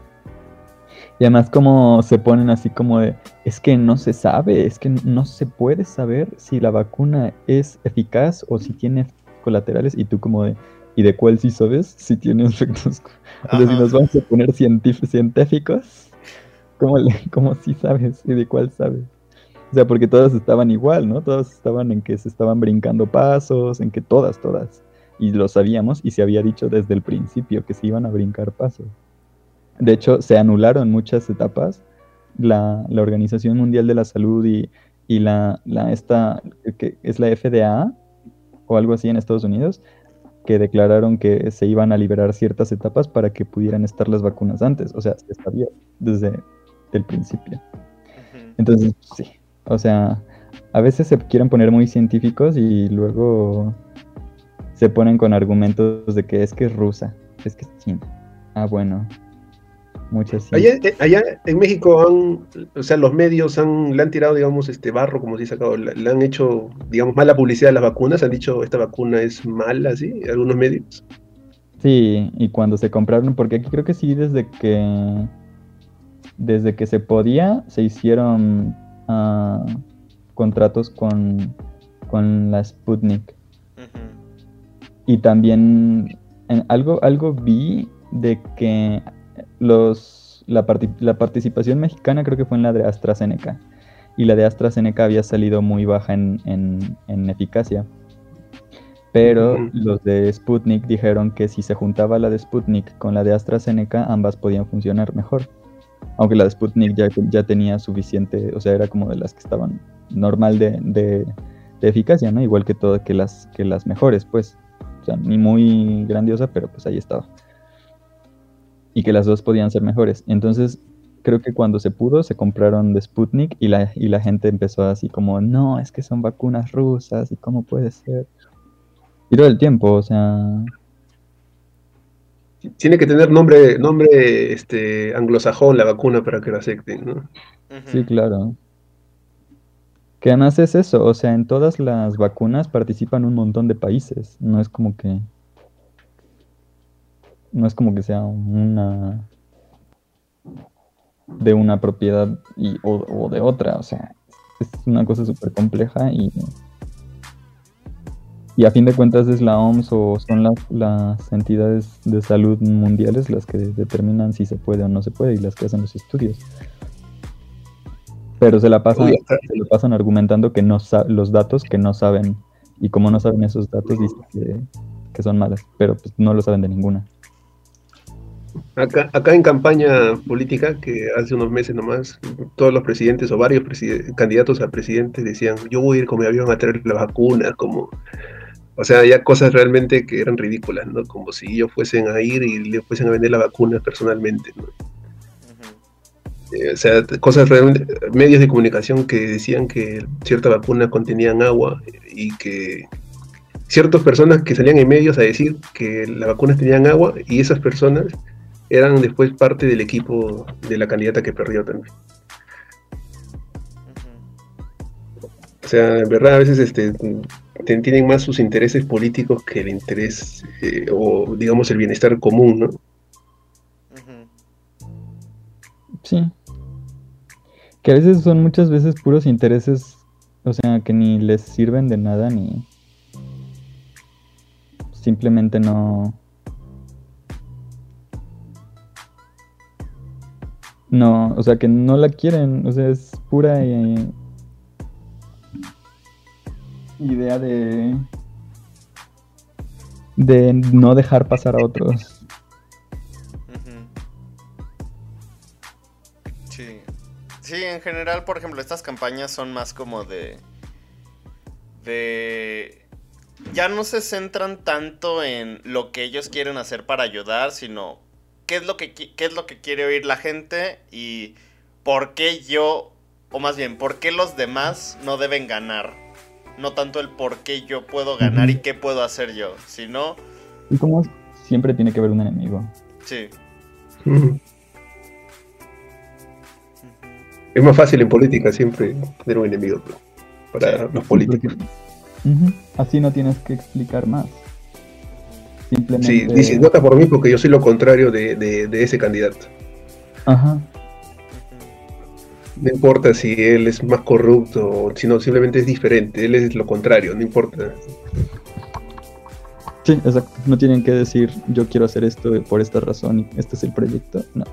Y además como se ponen así como de, es que no se sabe, es que no se puede saber si la vacuna es eficaz o si tiene efectos colaterales y tú como de, ¿y de cuál sí sabes si tiene efectos? co-?" O sea, si Ajá. nos vamos a poner científ- científicos, ¿cómo, le, cómo sí sabes y de cuál sabes? O sea, porque todas estaban igual, ¿no? Todas estaban en que se estaban brincando pasos, en que todas, todas. Y lo sabíamos y se había dicho desde el principio que se iban a brincar pasos. De hecho, se anularon muchas etapas. La, la Organización Mundial de la Salud y, y la, la esta, que es la F D A o algo así en Estados Unidos, que declararon que se iban a liberar ciertas etapas para que pudieran estar las vacunas antes. O sea, se sabía desde el principio. Ujú. Entonces, sí. O sea, a veces se quieren poner muy científicos y luego se ponen con argumentos de que es que es rusa, es que es china. Ah, bueno, muchas sí. Allá, eh, allá en México han, o sea, los medios han, le han tirado, digamos, este barro, como se dice acá, o le, le han hecho, digamos, mala publicidad a las vacunas, han dicho esta vacuna es mala, así, algunos medios. Sí, y cuando se compraron, porque aquí creo que sí, desde que desde que se podía, se hicieron ah, contratos con, con la Sputnik. Ujú. Y también en algo, algo vi de que los, la, parti- la participación mexicana creo que fue en la de AstraZeneca. Y la de AstraZeneca había salido muy baja en, en- en eficacia. Pero Ujú. los de Sputnik dijeron que si se juntaba la de Sputnik con la de AstraZeneca, ambas podían funcionar mejor. Aunque la de Sputnik ya, ya tenía suficiente, o sea, era como de las que estaban normal de, de- de eficacia, ¿no? Igual que todas, que las, que las mejores, pues. O sea, ni muy grandiosa, pero pues ahí estaba. Y que las dos podían ser mejores. Entonces, creo que cuando se pudo, se compraron de Sputnik y la, y la gente empezó así como, no, es que son vacunas rusas y cómo puede ser. Y todo el tiempo, o sea, Tiene que tener nombre, nombre, este, anglosajón la vacuna para que la acepten, ¿no? sí, Ujú. claro. Que además es eso, o sea, en todas las vacunas participan un montón de países. No es como que, no es como que sea una de una propiedad y, o, o de otra. O sea, es una cosa súper compleja y, y a fin de cuentas es la O M S o son las, las entidades de salud mundiales las que determinan si se puede o no se puede y las que hacen los estudios. Pero se la pasan, Uy, hasta- se lo pasan argumentando que no sa- los datos que no saben. Y como no saben esos datos, dicen que, que son malas. Pero pues no lo saben de ninguna. acá, acá en campaña política, que hace unos meses nomás, todos los presidentes o varios preside- candidatos a presidente decían, yo voy a ir con mi avión a traer la vacuna, como, o sea, ya cosas realmente que eran ridículas, ¿no? Como si ellos fuesen a ir y le fuesen a vender la vacuna personalmente, ¿no? Ujú. Eh, o sea, cosas realmente, medios de comunicación que decían que cierta vacuna contenían agua y que ciertas personas que salían en medios a decir que las vacunas tenían agua y esas personas eran después parte del equipo de la candidata que perdió también. Ujú. O sea, en verdad a veces este, te- tienen más sus intereses políticos que el interés eh, o digamos el bienestar común, ¿no? Ujú. Sí. Que a veces son muchas veces puros intereses, o sea, que ni les sirven de nada ni simplemente no. No, o sea, que no la quieren. O sea, es pura eh, idea de. de no dejar pasar a otros. Ujú. Sí. Sí, en general, por ejemplo, estas campañas son más como de... De... Ya no se centran tanto en lo que ellos quieren hacer para ayudar, sino qué es lo que, qui- qué es lo que quiere oír la gente y por qué yo, o más bien, por qué los demás no deben ganar. no tanto el por qué yo puedo ganar Ujú. y qué puedo hacer yo, sino... Y como siempre tiene que haber un enemigo. Sí. Mm. Es más fácil en política siempre tener un enemigo, ¿no? Para Sí. los políticos. Ujú. Así no tienes que explicar más. Simplemente... Sí, dices, vota por mí porque yo soy lo contrario de, de, de ese candidato. Ajá. No importa si él es más corrupto o si no, simplemente es diferente. Él es lo contrario, no importa. Sí, exacto. No tienen que decir, yo quiero hacer esto por esta razón y este es el proyecto. No.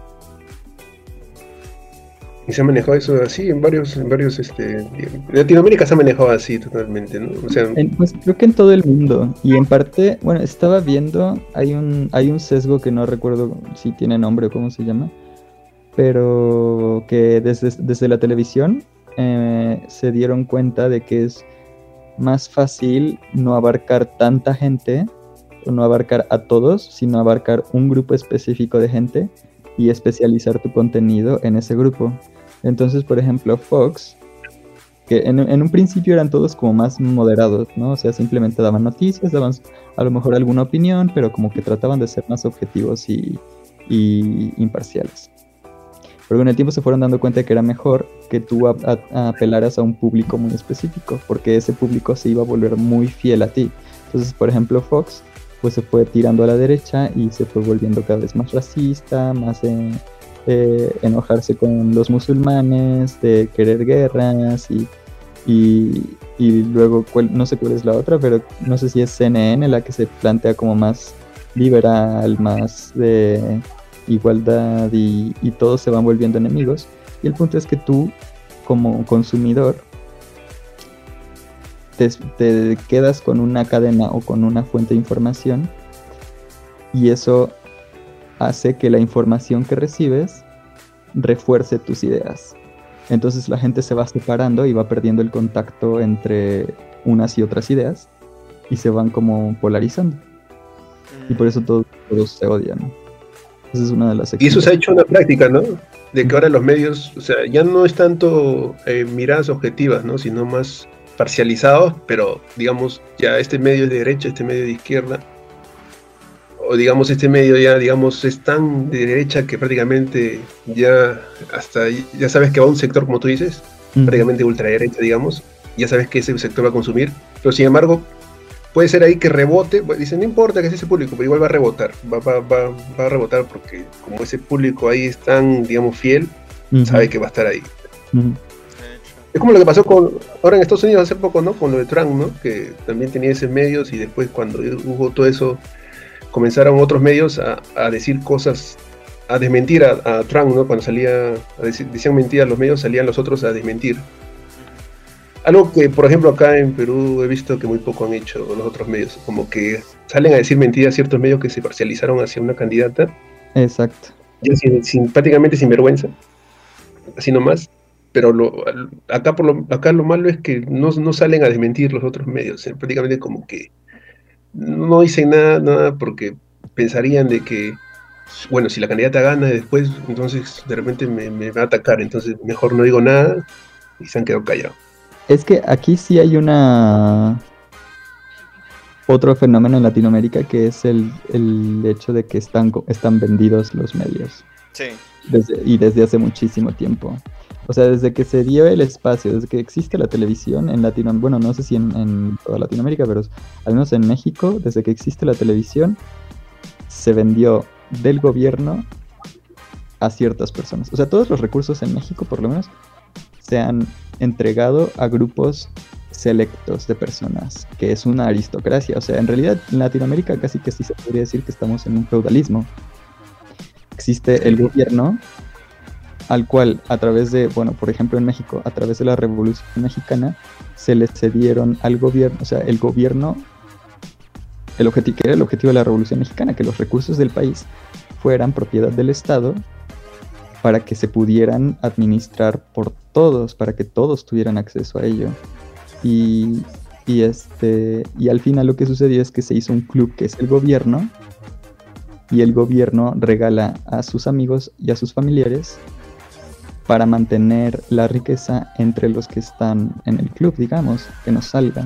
Y se ha manejado eso así en varios, en varios, este, en Latinoamérica se ha manejado así totalmente, ¿no? O sea, En- pues creo que en todo el mundo. Y en parte, bueno, estaba viendo, hay un, hay un sesgo que no recuerdo si tiene nombre o cómo se llama, pero que desde, desde la televisión eh, se dieron cuenta de que es más fácil no abarcar tanta gente, o no abarcar a todos, sino abarcar un grupo específico de gente y especializar tu contenido en ese grupo. Entonces, por ejemplo, Fox, que en, en un principio eran todos como más moderados, ¿no? O sea, simplemente daban noticias, daban a lo mejor alguna opinión, pero como que trataban de ser más objetivos y, y imparciales. Pero con el tiempo se fueron dando cuenta de que era mejor que tú a- a- apelaras a un público muy específico, porque ese público se iba a volver muy fiel a ti. Entonces, por ejemplo, Fox pues se fue tirando a la derecha y se fue volviendo cada vez más racista, más de eh, enojarse con los musulmanes, de querer guerras y, y, y luego, cuál- no sé cuál es la otra, pero no sé si es C N N la que se plantea como más liberal, más de igualdad y, y todos se van volviendo enemigos. Y el punto es que tú, como consumidor, te, te quedas con una cadena o con una fuente de información y eso hace que la información que recibes refuerce tus ideas. Entonces la gente se va separando y va perdiendo el contacto entre unas y otras ideas y se van como polarizando. Y por eso todos, todos se odian. Esa es una de las y eso se ha hecho una práctica, ¿no? De que ahora los medios, o sea, ya no es tanto eh, miradas objetivas, ¿no? Sino más parcializados, pero digamos, ya este medio es de derecha, este medio de izquierda, o digamos, este medio ya, digamos, es tan de derecha que prácticamente ya hasta, ya sabes que va a un sector, como tú dices, Ujú. prácticamente ultraderecha, digamos, ya sabes que ese sector va a consumir, pero sin embargo, puede ser ahí que rebote, pues, dicen, no importa que sea ese público, pero igual va a rebotar, va, va, va, va a rebotar porque como ese público ahí es tan, digamos, fiel, Ujú. sabe que va a estar ahí. Ujú. Es como lo que pasó con ahora en Estados Unidos hace poco, ¿no? Con lo de Trump, ¿no? Que también tenía esos medios y después cuando hubo todo eso, comenzaron otros medios a, a decir cosas, a desmentir a, a Trump, ¿no? Cuando salía, a decir, decían mentiras los medios, salían los otros a desmentir. Algo que, por ejemplo, acá en Perú he visto que muy poco han hecho los otros medios, como que salen a decir mentiras ciertos medios que se parcializaron hacia una candidata, Exacto. ya sin, sin- prácticamente sin vergüenza, así nomás. Pero lo, acá, por lo, acá lo malo es que no, no salen a desmentir los otros medios, eh, prácticamente como que no dicen nada, nada porque pensarían de que, bueno, si la candidata gana después, entonces de repente me, me va a atacar, entonces mejor no digo nada y se han quedado callados. Es que aquí sí hay una otro fenómeno en Latinoamérica que es el, el hecho de que están, co- están vendidos los medios. Sí. Desde- y desde hace muchísimo tiempo. O sea, desde que se dio el espacio, desde que existe la televisión en Latinoamérica, bueno, no sé si en, en toda Latinoamérica, pero al menos en México, desde que existe la televisión, se vendió del gobierno a ciertas personas. O sea, todos los recursos en México, por lo menos, se han entregado a grupos selectos de personas, que es una aristocracia. O sea, en realidad en Latinoamérica casi que sí se podría decir que estamos en un feudalismo. Existe el gobierno al cual a través de, bueno, por ejemplo en México, a través de la Revolución Mexicana, se le cedieron al gobierno, o sea, el gobierno, el objetivo, que era el objetivo de la Revolución Mexicana, que los recursos del país fueran propiedad del Estado para que se pudieran administrar por todos, para que todos tuvieran acceso a ello. Y, y, este, y al final lo que sucedió es que se hizo un club que es el gobierno, y el gobierno regala a sus amigos y a sus familiares para mantener la riqueza entre los que están en el club, digamos, que no salgan.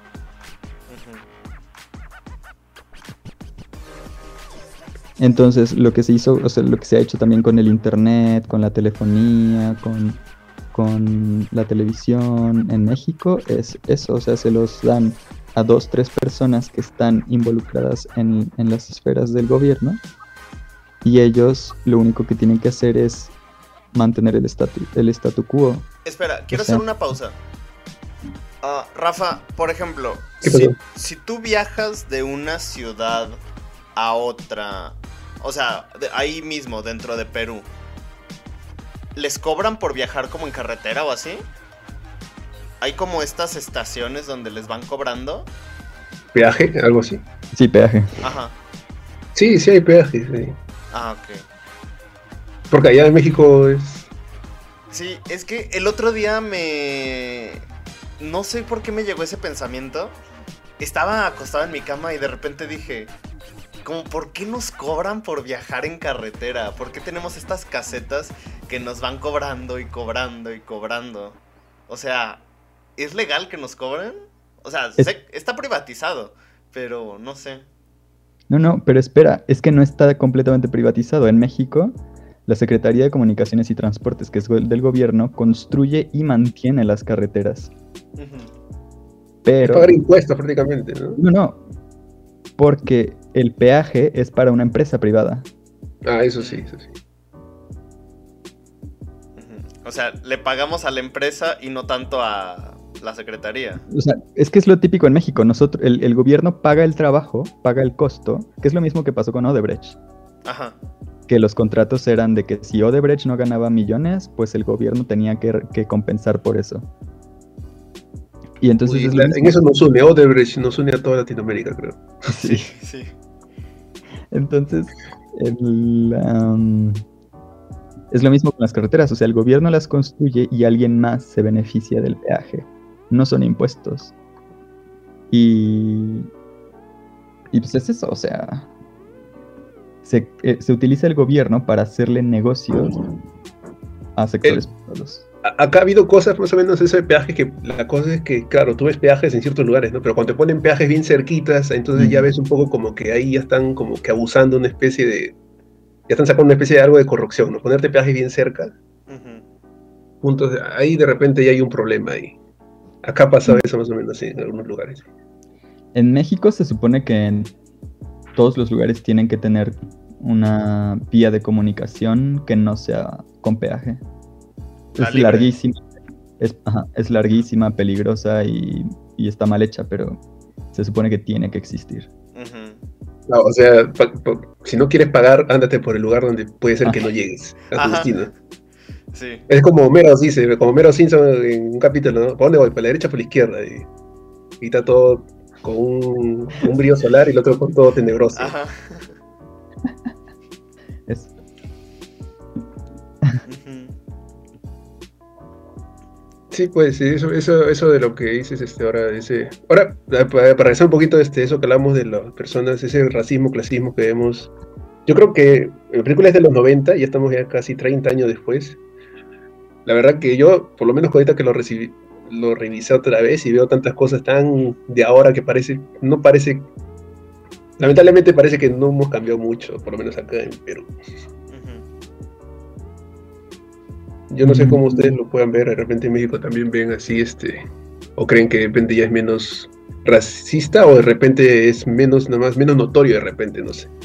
Entonces, lo que se hizo, o sea, lo que se ha hecho también con el internet, con la telefonía, con, con la televisión en México, es eso, o sea, se los dan a dos, tres personas que están involucradas en, en las esferas del gobierno, y ellos lo único que tienen que hacer es mantener el statu, el statu quo. Espera, quiero O sea, hacer una pausa. Uh, Rafa, por ejemplo, ¿Qué si, pasó? si tú viajas de una ciudad a otra, o sea, de ahí mismo, dentro de Perú, ¿les cobran por viajar como en carretera o así? ¿Hay como estas estaciones donde les van cobrando? ¿Peaje? Algo así. Sí, peaje. Ajá. Sí, sí hay peaje, sí. Ah, ok. Porque allá en México es... Sí, es que el otro día me... No sé por qué me llegó ese pensamiento. Estaba acostado en mi cama y de repente dije... Como, ¿por qué nos cobran por viajar en carretera? ¿Por qué tenemos estas casetas que nos van cobrando y cobrando y cobrando? O sea, ¿es legal que nos cobren? O sea, Es- sé- está privatizado, pero no sé. No, no, pero espera, es que no está completamente privatizado. En México, la Secretaría de Comunicaciones y Transportes, que es go- del gobierno, construye y mantiene las carreteras. Ujú. es Pero, pagar impuestos prácticamente, ¿no? no, no, porque el peaje es para una empresa privada. Ah, eso sí, eso sí. Ujú. O sea, le pagamos a la empresa y no tanto a la secretaría. O sea, es que es lo típico en México. Nosotros, el, el gobierno paga el trabajo, paga el costo, que es lo mismo que pasó con Odebrecht. Ajá. Que los contratos eran de que si Odebrecht no ganaba millones, pues el gobierno tenía que, que compensar por eso. Y entonces Uy, es lo la- mismo. en eso nos une, Odebrecht nos une a toda Latinoamérica, creo. Sí, sí. Entonces, el, um, es lo mismo con las carreteras. O sea, el gobierno las construye y alguien más se beneficia del peaje. No son impuestos. Y, y pues es eso, o sea, se, eh, se utiliza el gobierno para hacerle negocios a sectores privados. A- Acá ha habido cosas más o menos eso de peaje, que la cosa es que, claro, tú ves peajes en ciertos lugares, ¿no? Pero cuando te ponen peajes bien cerquitas, entonces ya Ujú. ves un poco como que ahí ya están como que abusando una especie de... Ya están sacando una especie de algo de corrupción, ¿no? Ponerte peajes bien cerca, Ujú. puntos de- ahí de repente ya hay un problema ahí. Acá ha pasado eso más o menos sí, en algunos lugares. En México se supone que en todos los lugares tienen que tener una vía de comunicación que no sea con peaje. La Es libre. larguísima, es, ajá, es larguísima, peligrosa y, y está mal hecha, pero se supone que tiene que existir. Ujú. No, o sea, pa- pa- si no quieres pagar, ándate por el lugar donde puede ser Ah. que no llegues a tu Ajá. destino. Sí. Es como Homero dice, como Homero Simpson en un capítulo, ¿no? ¿Para dónde voy? ¿Para la derecha o para la izquierda? Y, y está todo con un, un brillo solar y el otro con todo tenebroso. Ajá. Es, Ujú. Sí, pues sí, eso, eso, eso de lo que dices este, ahora, ese, ahora, para, para regresar un poquito de este, eso que hablamos de las personas, ese racismo, clasismo que vemos, yo creo que la película es de los noventa, ya estamos ya casi treinta años después. La verdad que yo, por lo menos ahorita que lo recibí, lo revisé otra vez y veo tantas cosas tan de ahora que parece, no parece, lamentablemente parece que no hemos cambiado mucho, por lo menos acá en Perú. Ujú. Yo no sé cómo Mm. ustedes lo puedan ver, de repente en México también ven así, este, o creen que de repente ya es menos racista, o de repente es menos, nada más, menos notorio de repente, no sé.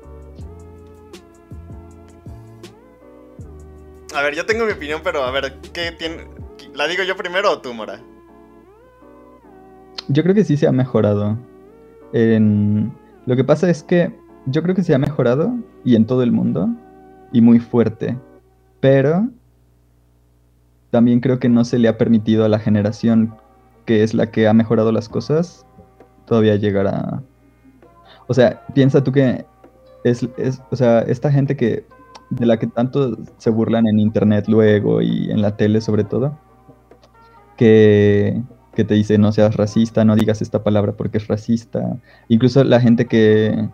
A ver, yo tengo mi opinión, pero a ver, ¿qué tiene? ¿La digo yo primero o tú, Mora? Yo creo que sí se ha mejorado. En... Lo que pasa es que yo creo que se ha mejorado y en todo el mundo y muy fuerte, pero también creo que no se le ha permitido a la generación que es la que ha mejorado las cosas todavía llegar a... O sea, piensa tú que es, es, o sea, esta gente que de la que tanto se burlan en internet luego y en la tele sobre todo, que, que te dice no seas racista, no digas esta palabra porque es racista. Incluso la gente que,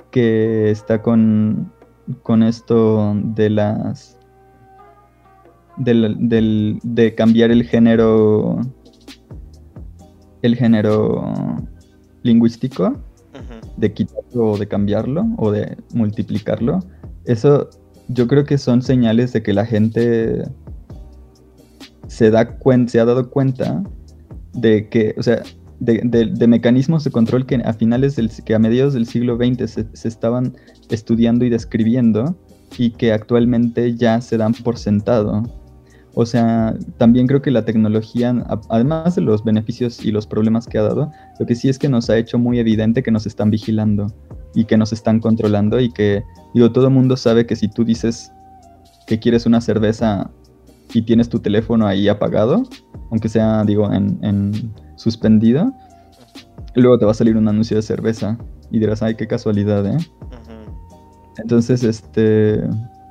que está con, con esto de las del, del, de cambiar el género, el género lingüístico, uh-huh. de quitarlo o de cambiarlo o de multiplicarlo, eso yo creo que son señales de que la gente se da cuen- se ha dado cuenta de que, o sea, de, de, de mecanismos de control que a finales del, que a mediados del siglo veinte se, se estaban estudiando y describiendo y que actualmente ya se dan por sentado. O sea, también creo que la tecnología, además de los beneficios y los problemas que ha dado, lo que sí es que nos ha hecho muy evidente que nos están vigilando y que nos están controlando y que, digo, todo el mundo sabe que si tú dices que quieres una cerveza y tienes tu teléfono ahí apagado, aunque sea, digo, en, en suspendido, luego te va a salir un anuncio de cerveza y dirás, ay, qué casualidad, ¿eh? Uh-huh. Entonces, este...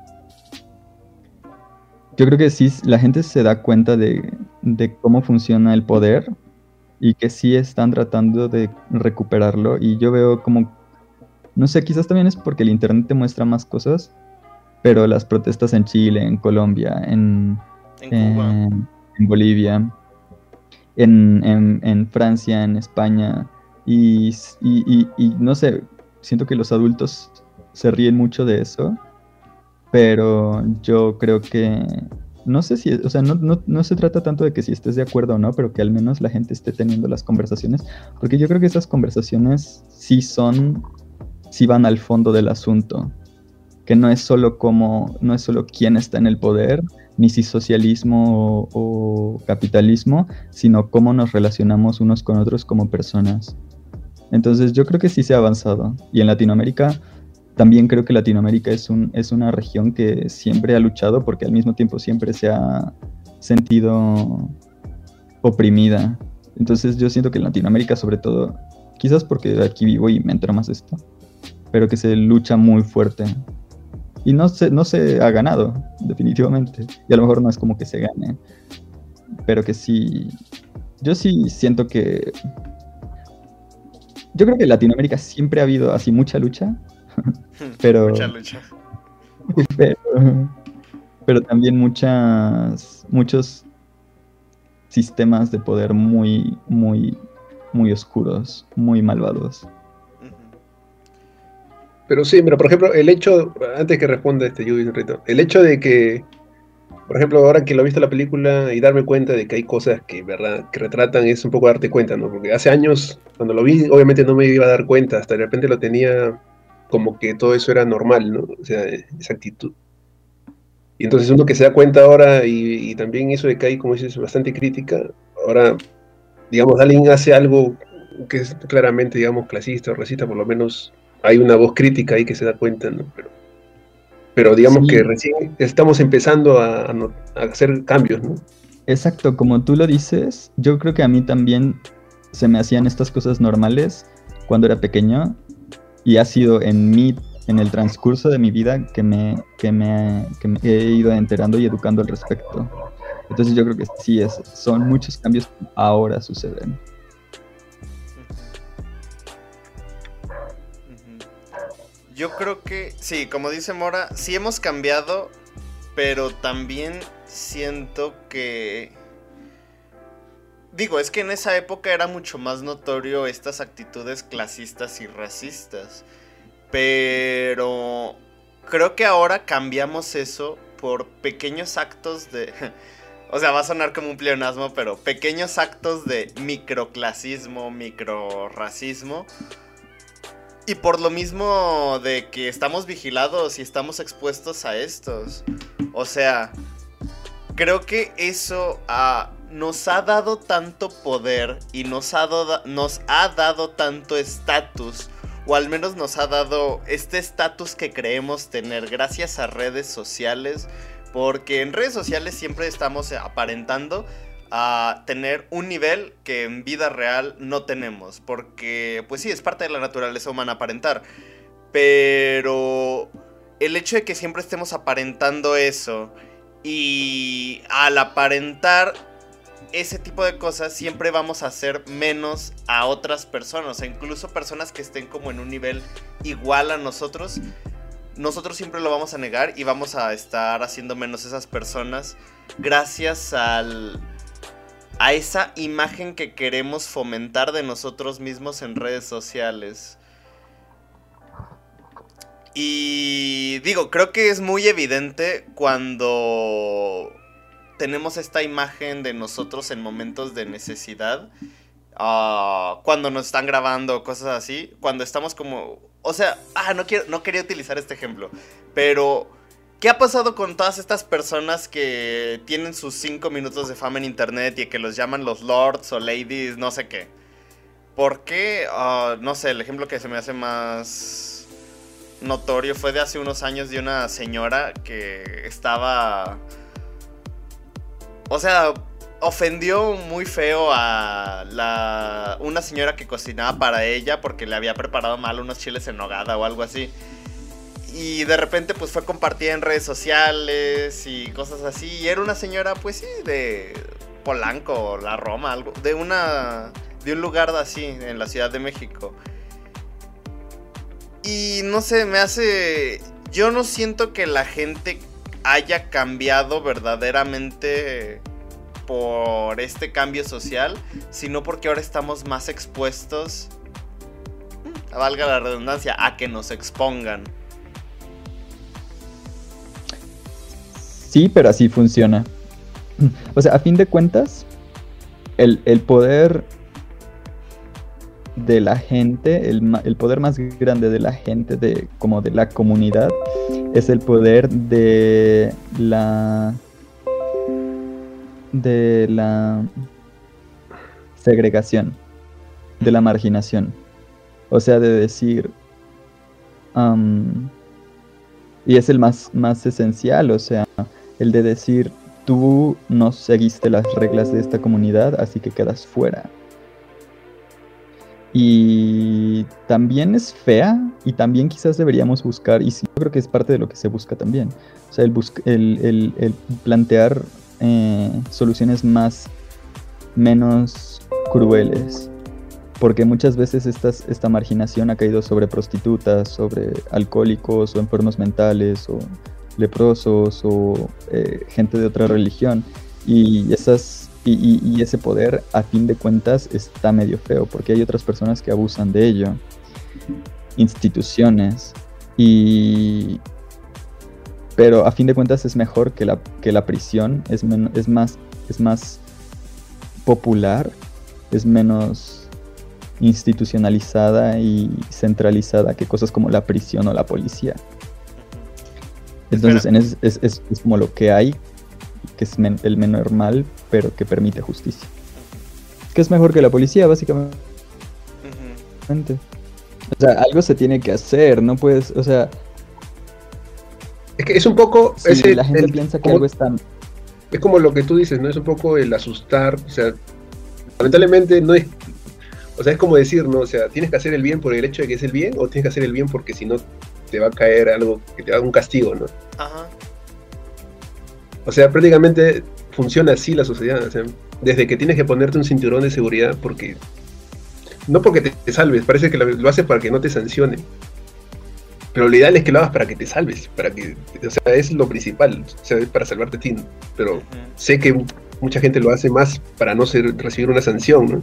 yo creo que sí, la gente se da cuenta de, de cómo funciona el poder y que sí están tratando de recuperarlo. Y yo veo como, no sé, quizás también es porque el internet te muestra más cosas, pero las protestas en Chile, en Colombia, en, en, Cuba. en, en Bolivia, en, en, en Francia, en España, y, y, y, y no sé, siento que los adultos se ríen mucho de eso. Pero yo creo que, no sé si, o sea, no, no, no se trata tanto de que si estés de acuerdo o no, pero que al menos la gente esté teniendo las conversaciones, porque yo creo que esas conversaciones sí son, sí van al fondo del asunto, que no es solo como, no es solo quién está en el poder, ni si socialismo o, o capitalismo, sino cómo nos relacionamos unos con otros como personas. Entonces yo creo que sí se ha avanzado, y en Latinoamérica... también creo que Latinoamérica es, un, es una región que siempre ha luchado porque al mismo tiempo siempre se ha sentido oprimida. Entonces yo siento que en Latinoamérica sobre todo, quizás porque aquí vivo y me entero más de esto, pero que se lucha muy fuerte. Y no se, no se ha ganado, definitivamente. Y a lo mejor no es como que se gane, pero que sí... Yo sí siento que... Yo creo que en Latinoamérica siempre ha habido así mucha lucha, pero, mucha lucha. Pero, pero también muchas, muchos sistemas de poder muy, muy, muy oscuros, muy malvados. Pero sí, pero por ejemplo, el hecho, antes que responda este Judith Rito, el hecho de que, por ejemplo, ahora que lo he visto la película y darme cuenta de que hay cosas que, verdad, que retratan, es un poco darte cuenta, ¿no? Porque hace años, cuando lo vi, obviamente no me iba a dar cuenta, hasta de repente lo tenía como que todo eso era normal, ¿no? O sea, esa actitud. Y entonces uno que se da cuenta ahora, y, y también eso de que hay, como dices, bastante crítica, ahora, digamos, alguien hace algo que es claramente, digamos, clasista o racista, por lo menos hay una voz crítica ahí que se da cuenta, ¿no? Pero, pero digamos sí. que recién estamos empezando a, a, a hacer cambios, ¿no? Exacto, como tú lo dices, yo creo que a mí también se me hacían estas cosas normales cuando era pequeño, y ha sido en mí, en el transcurso de mi vida, que me, que me, que me he ido enterando y educando al respecto. Entonces yo creo que sí, es, son muchos cambios que ahora suceden. Yo creo que, sí, como dice Mora, sí hemos cambiado, pero también siento que... Digo, es que en esa época era mucho más notorio estas actitudes clasistas y racistas. Pero creo que ahora cambiamos eso por pequeños actos de... O sea, va a sonar como un pleonasmo, pero pequeños actos de microclasismo, microracismo. Y por lo mismo de que estamos vigilados y estamos expuestos a estos. O sea, creo que eso uh, nos ha dado tanto poder y nos ha, do- nos ha dado tanto estatus, o al menos nos ha dado este estatus que creemos tener gracias a redes sociales, porque en redes sociales siempre estamos aparentando a tener un nivel que en vida real no tenemos, porque pues sí, es parte de la naturaleza humana aparentar, pero el hecho de que siempre estemos aparentando eso, y al aparentar ese tipo de cosas siempre vamos a hacer menos a otras personas, o incluso personas que estén como en un nivel igual a nosotros, nosotros siempre lo vamos a negar y vamos a estar haciendo menos esas personas gracias al, a esa imagen que queremos fomentar de nosotros mismos en redes sociales. Y digo, creo que es muy evidente cuando tenemos esta imagen de nosotros en momentos de necesidad. Uh, cuando nos están grabando, cosas así. Cuando estamos como... O sea, ah, no, quiero, no quería utilizar este ejemplo. Pero, ¿qué ha pasado con todas estas personas que tienen sus cinco minutos de fama en internet y que los llaman los lords o ladies, no sé qué? ¿Por qué? Uh, no sé, el ejemplo que se me hace más notorio fue de hace unos años de una señora que estaba... O sea... ofendió muy feo a la una señora que cocinaba para ella porque le había preparado mal unos chiles en nogada o algo así. Y de repente pues fue compartida en redes sociales y cosas así. Y era una señora pues sí de Polanco, la Roma, algo de una de un lugar así en la Ciudad de México. Y no sé, me hace... Yo no siento que la gente haya cambiado verdaderamente por este cambio social, sino porque ahora estamos más expuestos, valga la redundancia, a que nos expongan. Sí, pero así funciona. O sea, a fin de cuentas, el, el poder de la gente, el, el poder más grande de la gente, de, como de la comunidad, es el poder de la... de la segregación, de la marginación. O sea, de decir... Um, y es el más, más esencial, o sea, el de decir, tú no seguiste las reglas de esta comunidad, así que quedas fuera. Y también es fea, y también quizás deberíamos buscar, y sí, yo creo que es parte de lo que se busca también, o sea, el, busca, el, el, el plantear eh, soluciones más, menos crueles, porque muchas veces estas, esta marginación ha caído sobre prostitutas, sobre alcohólicos o enfermos mentales, o leprosos, o eh, gente de otra religión, y esas... Y, y, y ese poder, a fin de cuentas, está medio feo, porque hay otras personas que abusan de ello. Instituciones. Y... Pero a fin de cuentas es mejor que la, que la prisión, es, men- es, más, es más popular, es menos institucionalizada y centralizada que cosas como la prisión o la policía. Entonces, en es, es, es, es como lo que hay, que es men- el menor mal, pero que permite justicia. Que es mejor que la policía, básicamente. Uh-huh. O sea, algo se tiene que hacer, no puedes, o sea... Es que es un poco... Si ese, la gente el, piensa que como, algo está... Es como lo que tú dices, ¿no? Es un poco el asustar, o sea, lamentablemente no es... O sea, es como decir, ¿no? O sea, tienes que hacer el bien por el hecho de que es el bien, o tienes que hacer el bien porque si no te va a caer algo, que te haga un castigo, ¿no? Ajá. O sea, prácticamente funciona así la sociedad, o sea, desde que tienes que ponerte un cinturón de seguridad porque... No porque te, te salves, parece que lo, lo haces para que no te sancionen. Pero lo ideal es que lo hagas para que te salves, para que, o sea, es lo principal, o sea, es para salvarte a ti, ¿no? Pero uh-huh. Sé que mucha gente lo hace más para no ser, recibir una sanción, ¿no? Uh-huh.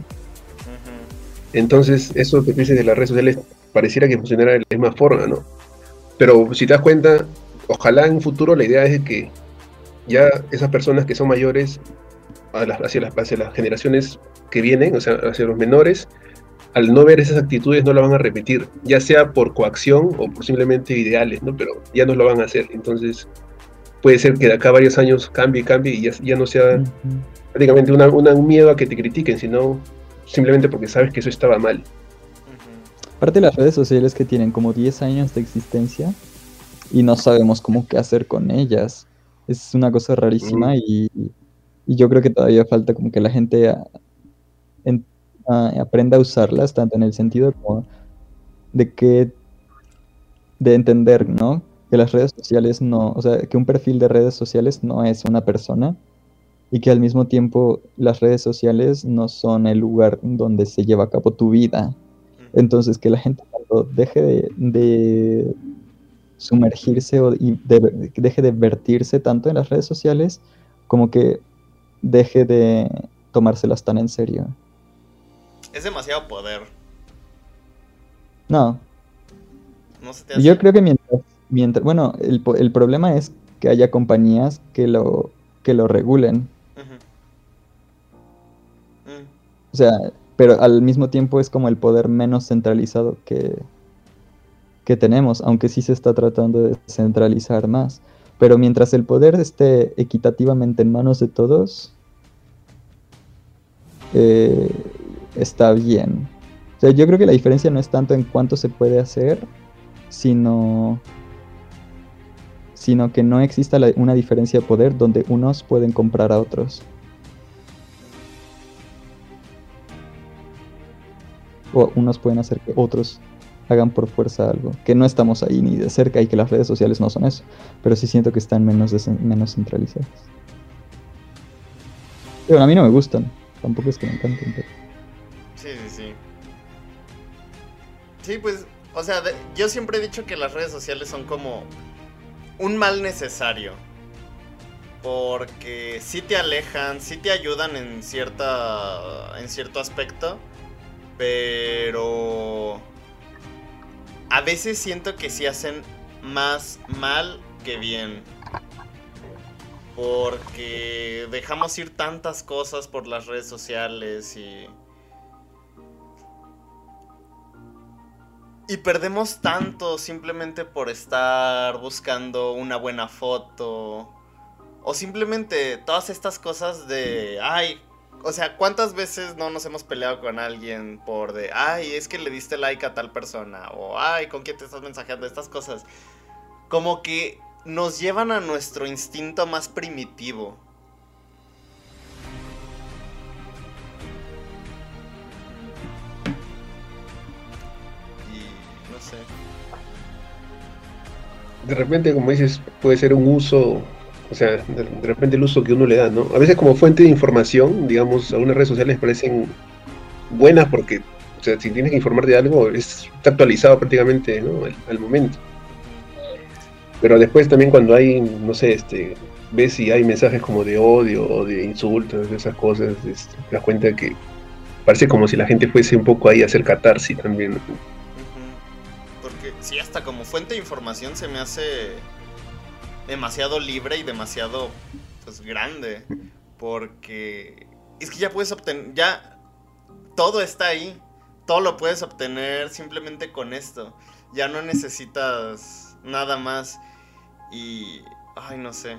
Entonces, eso que tú dices de las redes sociales pareciera que funcionara de la misma forma, ¿no? Pero si te das cuenta, ojalá en un futuro la idea es que ya esas personas que son mayores, a las, hacia, las, hacia las generaciones que vienen, o sea, hacia los menores, al no ver esas actitudes no la van a repetir, ya sea por coacción o por simplemente ideales, ¿no? Pero ya no lo van a hacer. Entonces, puede ser que de acá a varios años cambie, cambie y ya, ya no sea uh-huh. prácticamente una, una, un miedo a que te critiquen, sino simplemente porque sabes que eso estaba mal. Uh-huh. Aparte de las redes sociales que tienen como diez años de existencia y no sabemos cómo qué hacer con ellas. Es una cosa rarísima uh-huh. y, y yo creo que todavía falta como que la gente a, en, a, aprenda a usarlas, tanto en el sentido como de que de entender, ¿no? Que las redes sociales no, o sea, que un perfil de redes sociales no es una persona y que al mismo tiempo las redes sociales no son el lugar donde se lleva a cabo tu vida. Entonces que la gente cuando deje de, de sumergirse o y de- que deje de vertirse tanto en las redes sociales, como que deje de tomárselas tan en serio. Es demasiado poder. No, ¿No se te hace? yo creo que mientras, mientras bueno, el, po- el problema es que haya compañías que lo, que lo regulen. Ujú. Mm. O sea, pero al mismo tiempo es como el poder menos centralizado que, que tenemos, aunque sí se está tratando de centralizar más. Pero mientras el poder esté equitativamente en manos de todos, eh, está bien. O sea, yo creo que la diferencia no es tanto en cuánto se puede hacer, sino, sino que no exista la- una diferencia de poder donde unos pueden comprar a otros. O unos pueden hacer que otros hagan por fuerza algo. Que no estamos ahí ni de cerca y que las redes sociales no son eso. Pero sí siento que están menos, desen- menos centralizadas. Pero a mí no me gustan. Tampoco es que me encanten. Pero... Sí, sí, sí. Sí, pues, o sea, de- yo siempre he dicho que las redes sociales son como un mal necesario. Porque sí te alejan, sí te ayudan en cierta en cierto aspecto, pero a veces siento que sí hacen más mal que bien. Porque dejamos ir tantas cosas por las redes sociales y Y perdemos tanto simplemente por estar buscando una buena foto. O simplemente todas estas cosas de... Ay, o sea, ¿cuántas veces no nos hemos peleado con alguien por de... Ay, es que le diste like a tal persona. O ay, ¿con quién te estás mensajeando? Estas cosas. Como que nos llevan a nuestro instinto más primitivo. Y no sé. De repente, como dices, puede ser un uso, o sea, de, de repente el uso que uno le da, ¿no? A veces como fuente de información, digamos, algunas redes sociales parecen buenas porque, o sea, si tienes que informar de algo, es, está actualizado prácticamente, ¿no? Al, al momento. Pero después también cuando hay, no sé, este, ves si hay mensajes como de odio o de insultos, de esas cosas, este, te das cuenta que parece como si la gente fuese un poco ahí a hacer catarsis también, ¿no? Ujú. Porque sí, hasta como fuente de información se me hace demasiado libre y demasiado, pues, grande. Porque es que ya puedes obtener, ya todo está ahí. Todo lo puedes obtener simplemente con esto. Ya no necesitas nada más. Y, ay, no sé.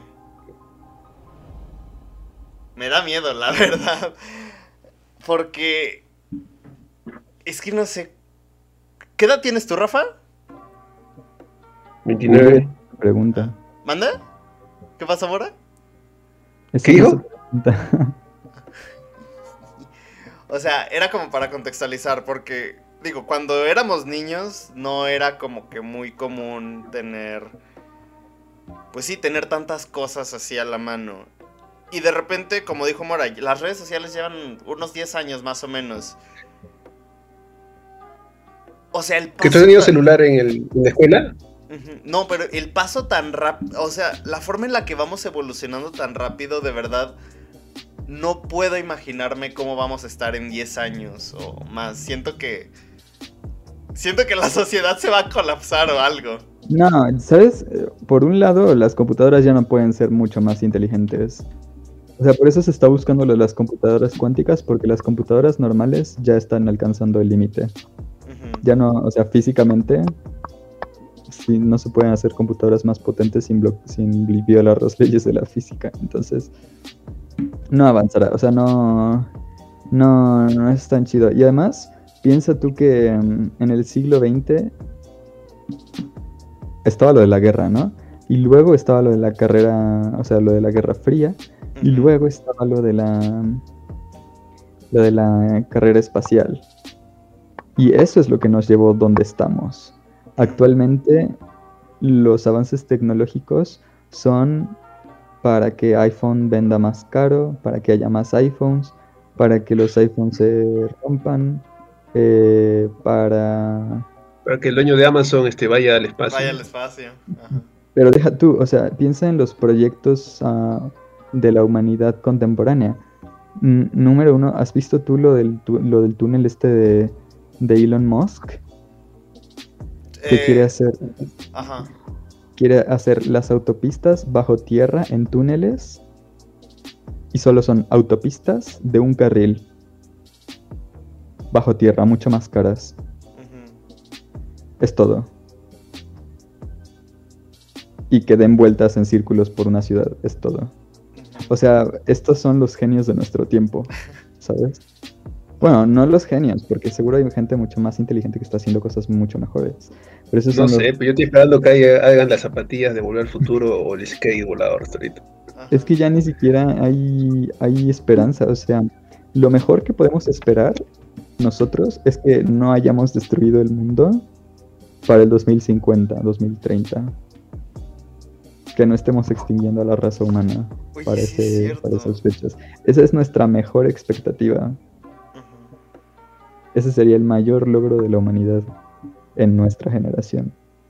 Me da miedo, la verdad. Porque es que no sé. ¿Qué edad tienes tú, Rafa? veintinueve. Pregunta. ¿Manda? ¿Qué pasa, Mora? Esa ¿Qué no dijo? se pregunta. O sea, era como para contextualizar, porque, digo, cuando éramos niños no era como que muy común tener, pues sí, tener tantas cosas así a la mano. Y de repente, como dijo Mora, las redes sociales llevan unos diez años más o menos. O sea, el ¿Que tú has paso... tenido ta- celular en, el, en la escuela? Ujú. No, pero el paso tan rápido, o sea, la forma en la que vamos evolucionando tan rápido, de verdad, no puedo imaginarme cómo vamos a estar en diez años o más. Siento que... Siento que la sociedad se va a colapsar o algo. No, ¿sabes? Eh, Por un lado, las computadoras ya no pueden ser mucho más inteligentes. O sea, por eso se está buscando lo de las computadoras cuánticas, porque las computadoras normales ya están alcanzando el límite. Ujú. Ya no, o sea, físicamente, sí, no se pueden hacer computadoras más potentes sin, blo- sin violar las leyes de la física. Entonces, no avanzará. O sea, no, no, no es tan chido. Y además, piensa tú que mm, en el siglo veinte estaba lo de la guerra, ¿no? Y luego estaba lo de la carrera, o sea, lo de la Guerra Fría. Y Ujú. luego estaba lo de la lo de la carrera espacial. Y eso es lo que nos llevó donde estamos. Actualmente los avances tecnológicos son para que iPhone venda más caro, para que haya más iPhones, para que los iPhones se rompan, eh, para Para que el dueño de Amazon este, vaya al espacio. Vaya al espacio. Ajá. Pero deja tú, o sea, piensa en los proyectos uh, de la humanidad contemporánea. N- número uno, ¿has visto tú lo del, tu- lo del túnel este de, de Elon Musk? Que Eh, quiere hacer, Ajá. quiere hacer las autopistas bajo tierra en túneles y solo son autopistas de un carril bajo tierra, mucho más caras. Ujú. Es todo. Y que den vueltas en círculos por una ciudad, es todo. Ujú. O sea, estos son los genios de nuestro tiempo, ¿sabes? Bueno, no los genios, porque seguro hay gente mucho más inteligente que está haciendo cosas mucho mejores. Pero esos No son sé, los... pero yo estoy esperando que haya- hagan las zapatillas de Volver al Futuro o el skate volador hasta ahorita. Ajá. Es que ya ni siquiera hay, hay esperanza. O sea, lo mejor que podemos esperar nosotros es que no hayamos destruido el mundo para el dos mil cincuenta, dos mil treinta. Que no estemos extinguiendo a la raza humana Oye, para, sí es ese- cierto. para esas fechas. Esa es nuestra mejor expectativa. Ujú. Ese sería el mayor logro de la humanidad en nuestra generación.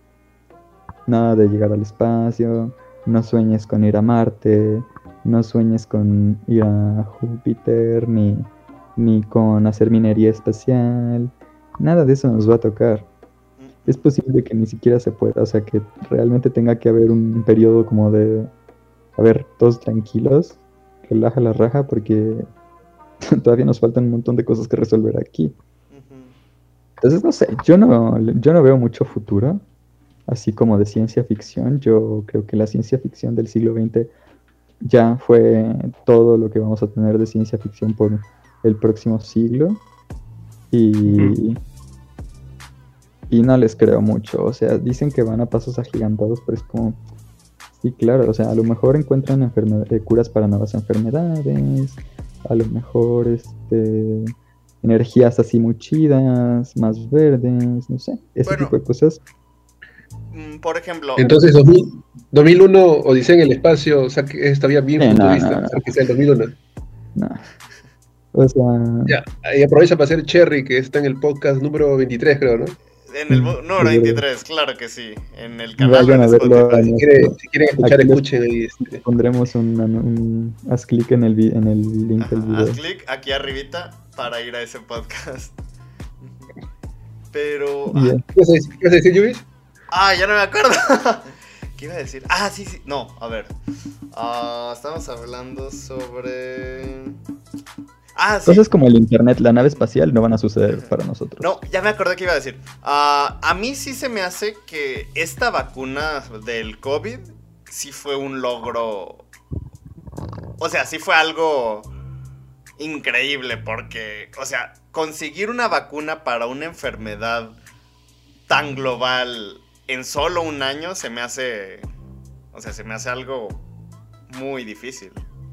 Nada de llegar al espacio, no sueñes con ir a Marte, no sueñes con ir a Júpiter, ni, ni con hacer minería espacial. Nada de eso nos va a tocar. Es posible que ni siquiera se pueda, o sea, que realmente tenga que haber un periodo como de, a ver, todos tranquilos, relaja la raja, porque todavía nos faltan un montón de cosas que resolver aquí. Ujú. Entonces, no sé, yo no, yo no veo mucho futuro, así como de ciencia ficción. Yo creo que la ciencia ficción del siglo veinte ya fue todo lo que vamos a tener de ciencia ficción por el próximo siglo. Y, y no les creo mucho. O sea, dicen que van a pasos agigantados, pero es como... Sí, claro, o sea, a lo mejor encuentran enferme- eh, curas para nuevas enfermedades, a lo mejor este... energías así muy chidas, más verdes, no sé, ese Bueno. tipo de cosas. Mm, Por ejemplo, Entonces, dos mil dos mil uno, Odisea en el espacio, o sea, que es todavía bien Eh, no, futurista, no, no. o sea, que sea el dos mil uno. No. O sea, Ya, y aprovecha para hacer Cherry, que está en el podcast número veintitrés, creo, ¿no? en el Mm, bu- número seguro. veintitrés, claro que sí. En el canal Vayan en a verlo. Spotify. Si, no, quiere- no. si quieren escuchar, Aquí les- escuchen ahí. Este. Pondremos un, un- haz clic en el vi- en el link del Ajá, video. haz clic aquí arribita para ir a ese podcast. Pero... Y ya. ¿Qué vas a decir, ¿qué vas a decir, Yubis? Ah, ya no me acuerdo. ¿Qué iba a decir? Ah, sí, sí. No, a ver. Ah, estamos hablando sobre... Ah, sí. Cosas como el internet, la nave espacial no van a suceder para nosotros. No, ya me acordé que iba a decir. Ah, a mí sí se me hace que esta vacuna del COVID sí fue un logro. O sea, sí fue algo increíble porque, o sea, conseguir una vacuna para una enfermedad tan global en solo un año se me hace, o sea, se me hace algo muy difícil.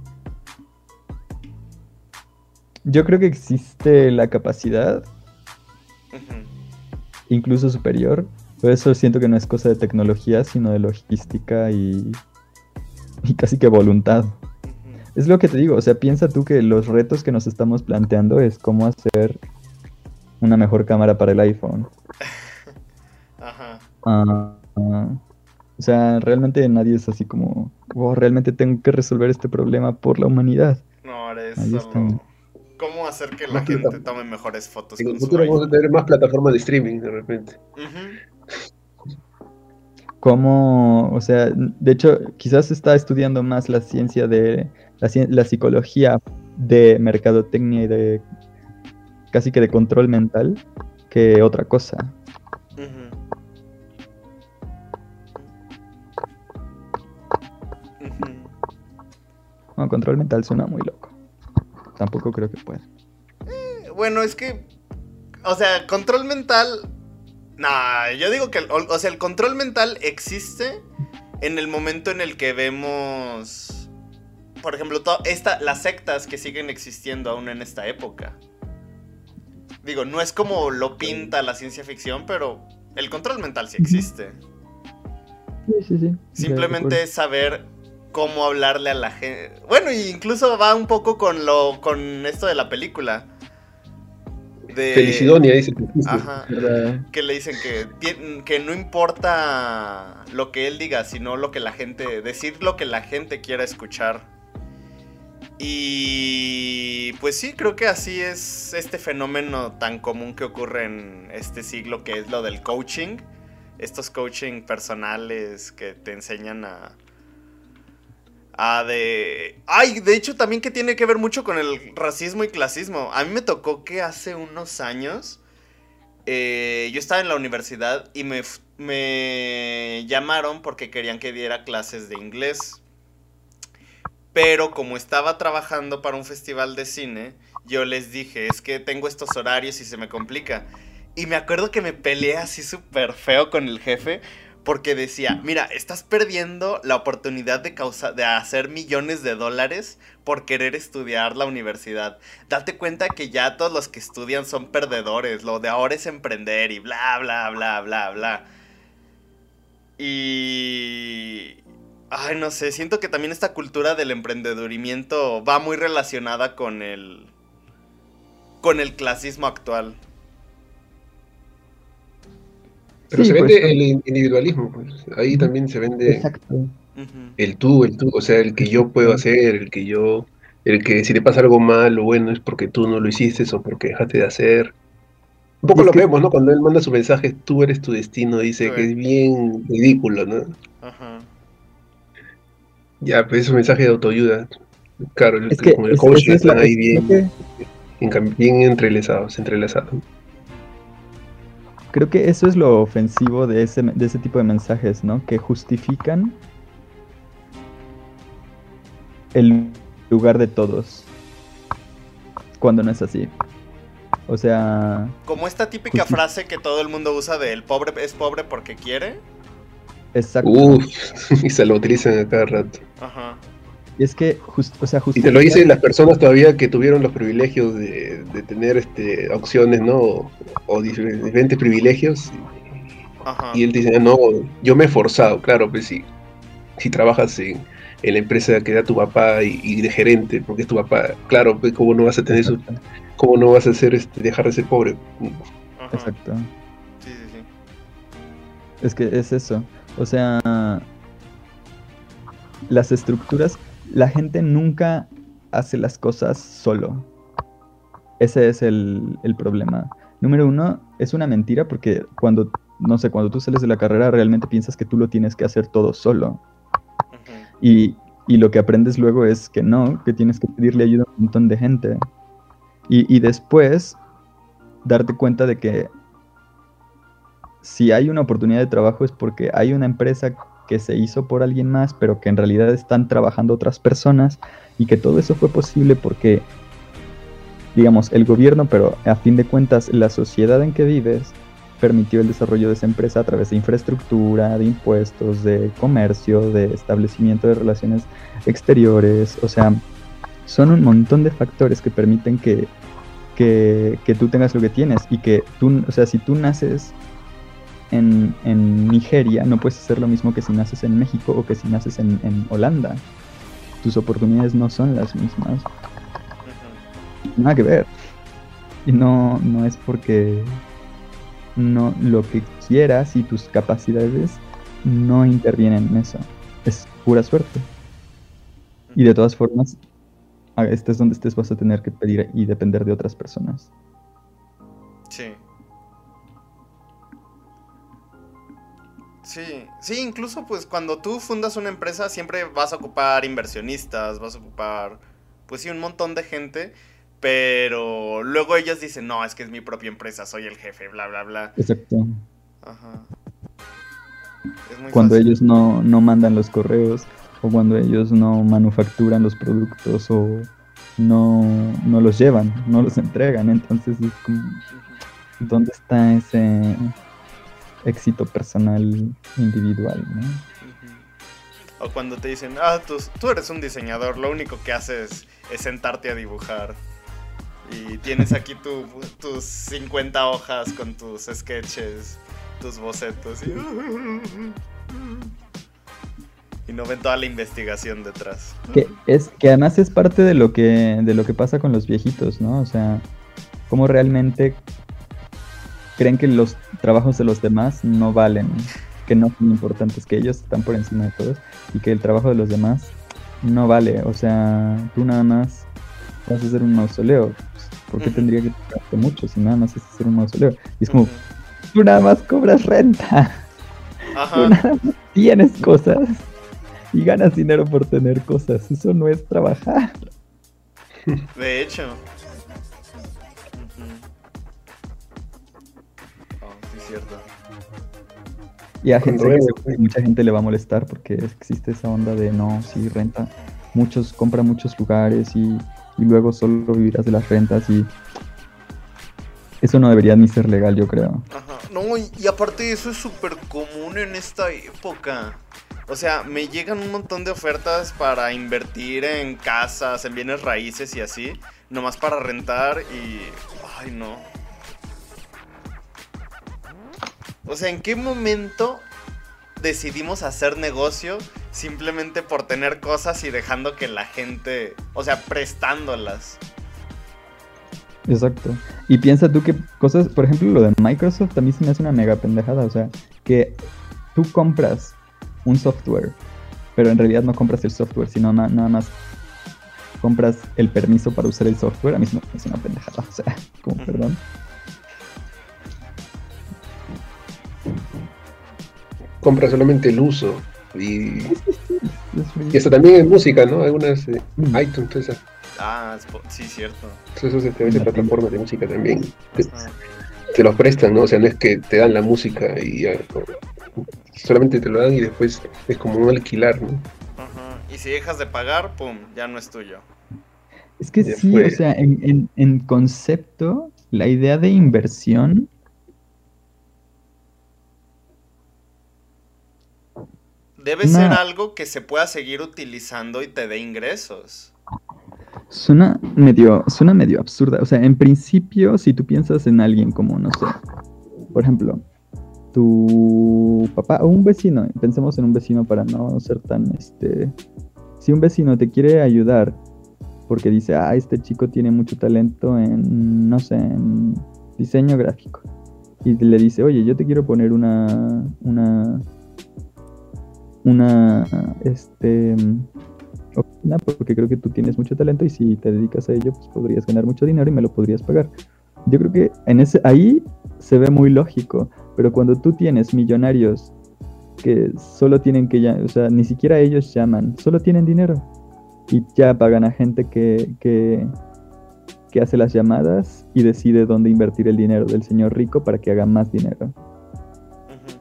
Yo creo que existe la capacidad, Ujú. incluso superior, pero eso siento que no es cosa de tecnología, sino de logística y, y casi que voluntad. Ujú. Es lo que te digo, o sea, piensa tú que los retos que nos estamos planteando es cómo hacer una mejor cámara para el iPhone. Ajá. Ah, ah, o sea, realmente nadie es así como, wow, realmente tengo que resolver este problema por la humanidad. No, ahora es Ahí solo está. cómo hacer que la Más gente plata- tome mejores fotos En el con su futuro vamos a iPhone. tener más plataformas de streaming, de repente. Ujú. Cómo, o sea, de hecho, quizás se está estudiando más la ciencia de, la, cien- la psicología de mercadotecnia y de, casi que de control mental, que otra cosa. Ujú. Ujú. Bueno, control mental suena muy loco. Tampoco creo que pueda. Bueno, es que, o sea, control mental. Nah, yo digo que, el- o, o sea, el control mental existe en el momento en el que vemos, por ejemplo, to- esta, las sectas que siguen existiendo aún en esta época. Digo, no es como lo pinta la ciencia ficción, pero el control mental sí existe. Sí, sí, sí. Simplemente es saber cómo hablarle a la gente. Bueno, y incluso va un poco con lo con esto de la película. De... Felicidonia, dice. Ajá, que le dicen que, que no importa lo que él diga, sino lo que la gente, decir lo que la gente quiera escuchar. Y pues sí, creo que así es este fenómeno tan común que ocurre en este siglo, que es lo del coaching. Estos coaching personales que te enseñan a... a de... Ay, de hecho también que tiene que ver mucho con el racismo y clasismo. A mí me tocó que hace unos años eh, yo estaba en la universidad y me, me llamaron porque querían que diera clases de inglés. Pero como estaba trabajando para un festival de cine, yo les dije, es que tengo estos horarios y se me complica. Y me acuerdo que me peleé así súper feo con el jefe, porque decía, mira, estás perdiendo la oportunidad de, causa de hacer millones de dólares por querer estudiar la universidad. Date cuenta que ya todos los que estudian son perdedores, lo de ahora es emprender y bla, bla, bla, bla, bla. Y... Ay, no sé, siento que también esta cultura del emprendedurimiento va muy relacionada con el... con el clasismo actual. Pero Sí, se pues, vende el individualismo, pues. Ahí también se vende exacto. el tú, el tú, o sea, el que yo puedo hacer, el que yo, el que si te pasa algo mal o bueno es porque tú no lo hiciste o porque dejaste de hacer. Un poco Y es lo que- vemos, ¿no? Cuando él manda su mensaje, tú eres tu destino, dice Sí. que es bien ridículo, ¿no? Ajá. Ya, pues es un mensaje de autoayuda. Claro, el, Es que con el es- coaching eso es lo- están ahí es- bien, creo que- bien, bien entrelazados, entrelazados. Creo que eso es lo ofensivo de ese, de ese tipo de mensajes, ¿no? Que justifican el lugar de todos, cuando no es así. O sea, Como esta típica Justi- frase que todo el mundo usa de el pobre es pobre porque quiere. exacto. Uf, y se lo utilizan a cada rato. Ajá. Y es que, just- o sea, Y te lo justificar- dicen las personas todavía que tuvieron los privilegios de, de tener este, opciones, ¿no? O, o dif- diferentes privilegios. Ajá. Y él dice, no, yo me he forzado, claro, pues si, si trabajas en, en la empresa que da tu papá y, y de gerente, porque es tu papá, claro, pues cómo no vas a tener eso, Exacto, cómo no vas a hacer este, dejar de ser pobre. Ajá. exacto. Sí, sí, sí. Es que es eso. O sea, las estructuras, la gente nunca hace las cosas solo. Ese es el, el problema. Número uno, es una mentira porque cuando, no sé, cuando tú sales de la carrera realmente piensas que tú lo tienes que hacer todo solo. Ujú. Y, y lo que aprendes luego es que no, que tienes que pedirle ayuda a un montón de gente. Y, y después darte cuenta de que si hay una oportunidad de trabajo es porque hay una empresa que se hizo por alguien más, pero que en realidad están trabajando otras personas y que todo eso fue posible porque, digamos, el gobierno, pero a fin de cuentas la sociedad en que vives permitió el desarrollo de esa empresa a través de infraestructura, de impuestos, de comercio, de establecimiento de relaciones exteriores. O sea, son un montón de factores que permiten que, que, que tú tengas lo que tienes y que tú, o sea, si tú naces en, en Nigeria, no puedes hacer lo mismo que si naces en México o que si naces en, en Holanda. Tus oportunidades no son las mismas. Ujú. Nada que ver. Y no, no es porque no lo que quieras y tus capacidades no intervienen en eso. Es pura suerte. Y de todas formas, a- estés donde estés, vas a tener que pedir y depender de otras personas. Sí. Sí, sí, incluso pues cuando tú fundas una empresa siempre vas a ocupar inversionistas, vas a ocupar pues sí un montón de gente, pero luego ellos dicen, no, es que es mi propia empresa, soy el jefe, bla, bla, bla. Exacto. Ajá. Es muy Cuando fácil. ellos no, no mandan los correos o cuando ellos no manufacturan los productos o no, no los llevan, no los entregan. Entonces es como, Ujú. ¿dónde está ese éxito personal individual, ¿no? Ujú. O cuando te dicen, ah, tú, tú eres un diseñador, lo único que haces es sentarte a dibujar. Y tienes aquí tu, tus cincuenta hojas con tus sketches, tus bocetos. Y, y no ven toda la investigación detrás. Que es que además es parte de lo que de lo que pasa con los viejitos, ¿no? O sea, cómo realmente creen que los trabajos de los demás no valen, que no son importantes, que ellos están por encima de todos y que el trabajo de los demás no vale. O sea, tú nada más vas a hacer un mausoleo. Pues, ¿por qué Ujú. tendría que pagarte mucho si nada más es hacer un mausoleo? Y es como, Ujú. tú nada más cobras renta, tú Ajá. nada más tienes cosas y ganas dinero por tener cosas. Eso no es trabajar. De hecho. Ujú. Oh, sí, es cierto. Y a Cuando gente, sé que vemos, seguro que mucha gente le va a molestar porque existe esa onda de no, sí, renta. Muchos compran muchos lugares y, y luego solo vivirás de las rentas y eso no debería ni ser legal, yo creo. Ajá. No, y, y aparte eso es súper común en esta época. O sea, me llegan un montón de ofertas para invertir en casas, en bienes raíces y así, nomás para rentar y... Ay, no. O sea, ¿en qué momento decidimos hacer negocio simplemente por tener cosas y dejando que la gente... O sea, prestándolas? Exacto. Y piensa tú que cosas, por ejemplo, lo de Microsoft a mí se me hace una mega pendejada. O sea, que tú compras un software, pero en realidad no compras el software, sino na- nada más compras el permiso para usar el software. A mí se me hace una pendejada. O sea, como Ujú. perdón. compra solamente el uso. Y, Es ridículo. y hasta también en música, ¿no? Algunas eh, Mm. iTunes, todas esas, Ah, es po- sí, cierto. todas esas este, a veces Martín. plataformas de música también te, Ajá. te los prestan, ¿no? O sea, no es que te dan la música y ya, no. Solamente te lo dan y después es como un alquilar, ¿no? Ajá. Y si dejas de pagar, pum, ya no es tuyo. Es que Ya sí, fue. o sea, en, en, en concepto, la idea de inversión Debe Una- ser algo que se pueda seguir utilizando y te dé ingresos. suena medio, suena medio absurda. O sea, en principio, si tú piensas en alguien como, no sé, por ejemplo, tu papá o un vecino, pensemos en un vecino para no ser tan, este, si un vecino te quiere ayudar porque dice, ah, este chico tiene mucho talento en, no sé, en diseño gráfico, y le dice, oye, yo te quiero poner una, una, una, este, oficina porque creo que tú tienes mucho talento y si te dedicas a ello, pues podrías ganar mucho dinero y me lo podrías pagar. Yo creo que en ese, ahí se ve muy lógico, pero cuando tú tienes millonarios que solo tienen que ya, o sea, ni siquiera ellos llaman, solo tienen dinero y ya pagan a gente que, que, que hace las llamadas y decide dónde invertir el dinero del señor rico para que haga más dinero. Ujú.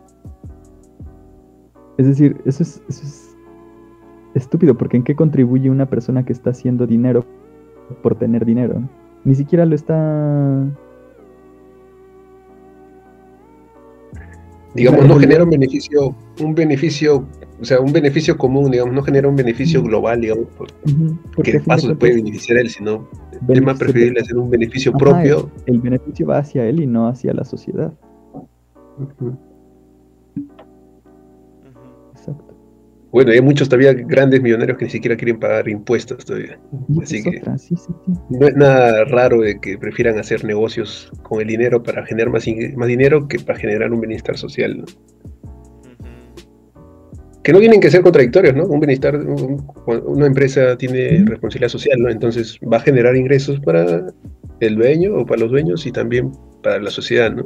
Es decir, eso es, eso es estúpido, porque ¿en qué contribuye una persona que está haciendo dinero por tener dinero? Ni siquiera lo está... Digamos, O sea, no en genera realidad- un beneficio, un beneficio, o sea, un beneficio común, digamos, no genera un beneficio global, digamos, por- Ujú, que porque a de fin de paso se puede cuentas, beneficiar a él, sino es bene- más se- preferible hacer un beneficio ajá, propio. el beneficio va hacia él y no hacia la sociedad. Ujú. Ujú. Exacto. Bueno, hay muchos todavía grandes millonarios que ni siquiera quieren pagar impuestos todavía. Y esa Así es que otra, sí, sí, sí. no es nada raro de que prefieran hacer negocios con el dinero para generar más, ing- más dinero que para generar un bienestar social, ¿no? Ujú. Que no tienen que ser contradictorios, ¿no? Un bienestar, un- una empresa tiene Ujú. responsabilidad social, ¿no? Entonces va a generar ingresos para el dueño o para los dueños y también para la sociedad, ¿no?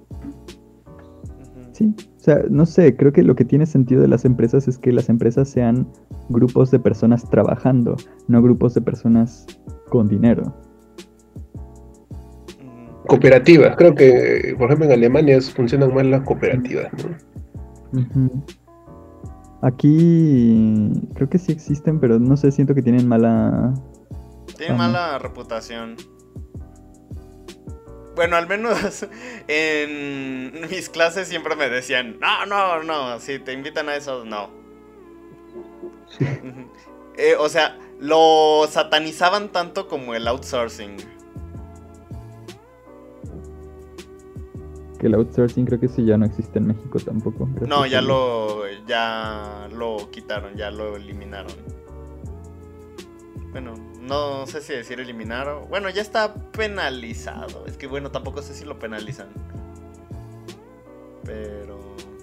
Ujú. Sí, o sea, no sé, creo que lo que tiene sentido de las empresas es que las empresas sean grupos de personas trabajando, no grupos de personas con dinero. Ujú. Cooperativas, creo que, por ejemplo, en Alemania funcionan más las cooperativas, ¿no? Ujú. Aquí creo que sí existen, pero no sé, siento que tienen mala... Tiene fama. mala reputación. Bueno, al menos en mis clases siempre me decían, no, no, no, si te invitan a eso, no. Ujú. Eh, o sea, lo satanizaban tanto como el outsourcing. Que el outsourcing creo que sí ya no existe en México tampoco. gracias No, a ya Dios. lo, ya lo quitaron, ya lo eliminaron. Bueno, no sé si decir eliminar o... Bueno, ya está penalizado. Es que bueno, tampoco sé si lo penalizan. Pero...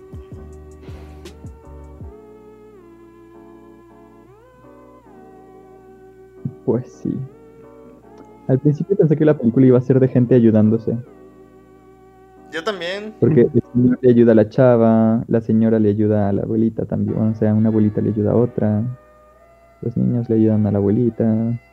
Pues sí. Al principio pensé que la película iba a ser de gente ayudándose. Yo también. Porque el señor le ayuda a la chava, la señora le ayuda a la abuelita también. O sea, una abuelita le ayuda a otra. Los niños le ayudan a la abuelita.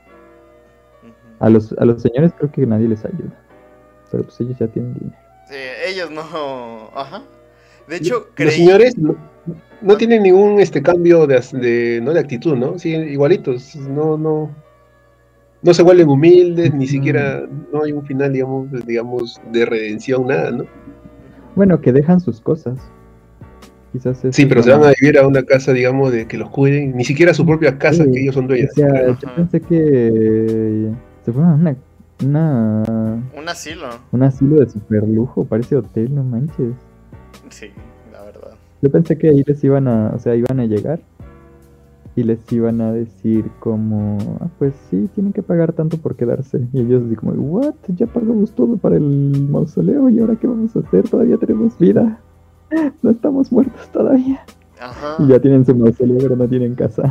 A los, a los señores creo que nadie les ayuda. Pero pues ellos ya tienen dinero. Sí, ellos no... Ajá. De hecho, creí... Los señores no, no tienen ningún este cambio de, de, ¿no? de actitud, ¿no? Siguen igualitos. No, no, no se vuelven humildes, ni siquiera no hay un final, digamos, digamos, de redención, nada, ¿no? Bueno, que dejan sus cosas. Quizás Sí, pero se van a vivir a una casa, digamos, de que los cuiden, ni siquiera a su propia casa, sí, que ellos son dueños. O sea, Claro. yo pensé que se fueron a una, una, Un asilo. un asilo de super lujo, parece hotel, no manches. Sí, la verdad. Yo pensé que ahí les iban a, o sea, iban a llegar y les iban a decir como, ah, pues sí, tienen que pagar tanto por quedarse. Y ellos así como, what, ya pagamos todo para el mausoleo y ahora qué vamos a hacer, todavía tenemos vida. No estamos muertos todavía. Ajá. Y ya tienen su mausoleo, pero no tienen casa.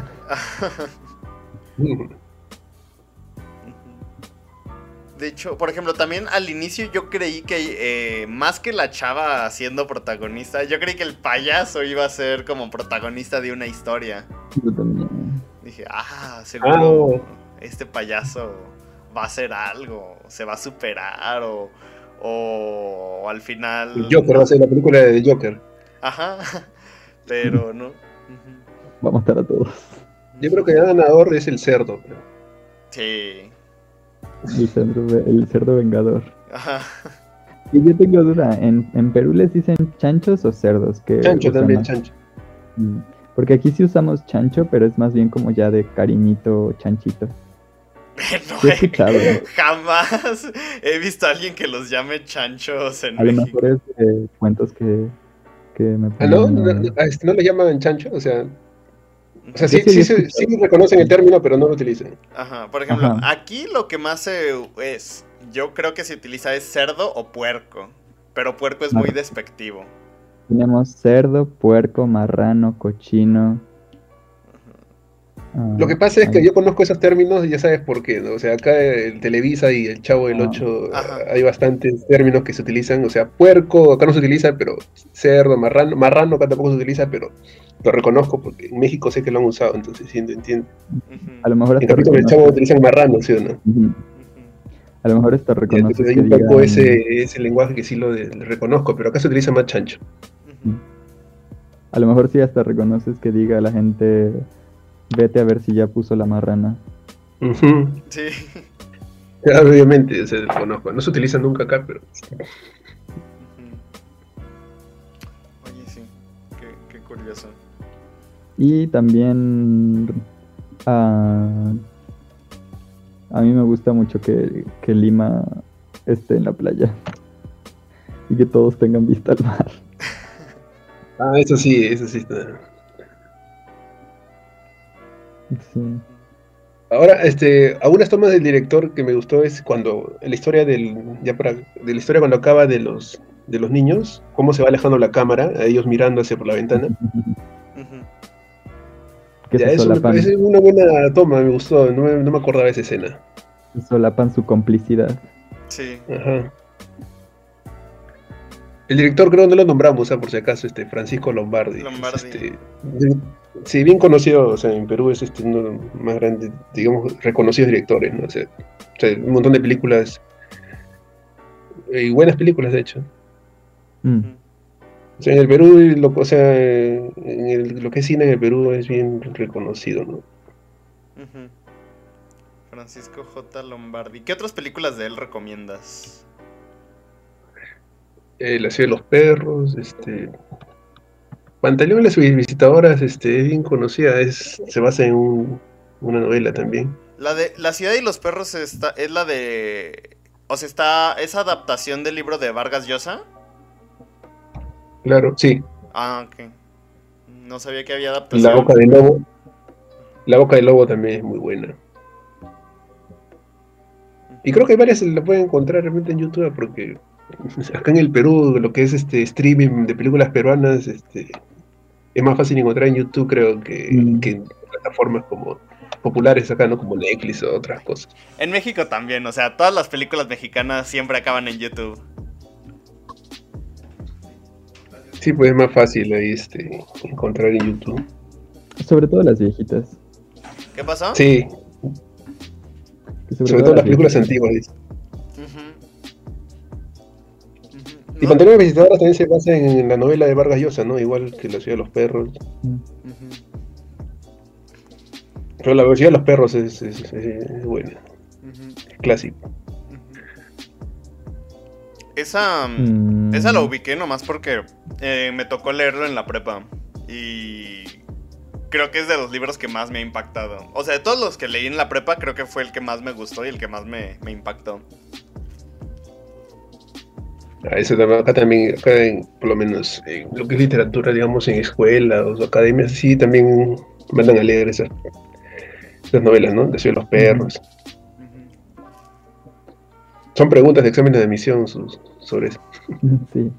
De hecho, por ejemplo, también al inicio yo creí que eh, más que la chava siendo protagonista, yo creí que el payaso iba a ser como protagonista de una historia. Yo también. Dije, ah, seguro Ah. este payaso va a hacer algo, se va a superar o, o al final... El Joker va a ser la película de Joker. Ajá, pero no. Ujú. Va a matar a todos. Yo creo que el ganador es el cerdo. Pero... Sí. El cerdo, el cerdo vengador. Ajá. Y yo tengo duda, ¿en, en Perú les dicen chanchos o cerdos? Que Chancho usan también, más? chancho. Mm, Porque aquí sí usamos chancho, pero es más bien como ya de cariñito, chanchito. No, Yo he escuchado. jamás he visto a alguien que los llame chanchos en A lo México. mejor es de cuentos que, que me Ah, ¿no? ponen, ¿No, no, a este no le llaman chancho? O sea, o sea Yo sí, sí sí, había sí, escuchado. sí reconocen el término, pero no lo utilizan. Ajá, por ejemplo, Ajá. aquí lo que más se es, yo creo que se utiliza es cerdo o puerco, pero puerco es muy Ajá. despectivo. Tenemos cerdo, puerco, marrano, cochino. ah, Lo que pasa es que ahí. yo conozco esos términos y ya sabes por qué, ¿no? O sea, acá el Televisa y el Chavo del Ah. Ocho Ajá. hay bastantes términos que se utilizan. O sea, puerco acá no se utiliza, pero cerdo, marrano, marrano acá tampoco se utiliza, pero lo reconozco porque en México sé que lo han usado, entonces sí, entiendo. Ujú, A lo mejor En hasta capítulo del Chavo reconoces, utilizan marrano, ¿sí o no? Ujú. ujú. A lo mejor hasta Y reconoces entonces hay que un poco digan, ese, ese lenguaje que sí lo, de- lo reconozco, pero acá se utiliza más chancho. Ujú. a lo mejor sí hasta reconoces que diga a la gente, vete a ver si ya puso la marrana. Ujú. Sí. Claro, obviamente, o sea, lo conozco. No se utiliza nunca acá, pero Ujú. Oye, sí, qué, qué curioso. Y también ah, a mí me gusta mucho que, que Lima esté en la playa y que todos tengan vista al mar. ah, eso sí, eso sí está. Sí. Ahora, este, algunas tomas del director que me gustó es cuando la historia del, ya para, de la historia cuando acaba de los, de los niños, cómo se va alejando la cámara, a ellos mirando hacia por la ventana. Ujú. Que Ya, se eso me solapan, parece una buena toma, me gustó, no me, no me acordaba de esa escena. se solapan su complicidad. Sí. Ajá. El director creo no lo nombramos, ah, por si acaso, este Francisco Lombardi. Lombardi. Es, este, de- sí, bien conocido, o sea, en Perú es este, uno de los más grandes, digamos, reconocidos directores, ¿no? O sea, o sea, un montón de películas, eh, y buenas películas, de hecho. Mm. Ujú. O sea, en el Perú, lo, o sea, eh, en el- lo que es cine en el Perú es bien reconocido, ¿no? Ujú. Francisco J. Lombardi. ¿Qué otras películas de él recomiendas? Eh, La ciudad de los perros, este... Pantaleón y las visitadoras, este, es bien conocida, es, se basa en un- una novela también. La de La ciudad y los perros está, es la de... O sea, está... ¿Es adaptación del libro de Vargas Llosa? Claro, sí. Ah, ok. No sabía que había La adaptación. boca del lobo. La boca del lobo también es muy buena. Y creo que varias se la pueden encontrar realmente en YouTube, porque acá en el Perú, lo que es este streaming de películas peruanas, este, es más fácil encontrar en YouTube, creo, que, Mm. que en plataformas como populares acá, ¿no? Como Netflix o otras cosas. En México también, o sea, todas las películas mexicanas siempre acaban en YouTube. Sí, pues es más fácil ahí este, encontrar en YouTube. Sobre todo las viejitas. ¿Qué pasó? Sí, Que sobre todo las películas viejitas. antiguas. dice. Ujú. Ujú. Y No. Fantasmas Visitadoras también se basa en la novela de Vargas Llosa, ¿no? Igual que La Ciudad de los Perros. Mm. Ujú. Pero La Ciudad de los Perros es, es, es- es buena, Ujú. es clásico. Ujú. Esa, Mm. esa la ubiqué nomás porque eh, me tocó leerlo en la prepa. Y creo que es de los libros que más me ha impactado. O sea, de todos los que leí en la prepa, creo que fue el que más me gustó y el que más me, me impactó. Ah, eso también- acá también, acá en- por lo menos en lo que es literatura, digamos, en escuelas o academias, sí también mandan a leer esas, esas novelas, ¿no? La Ciudad de los Perros. Ujú. Son preguntas de exámenes de admisión sus- sobre eso. Sí. Ujú.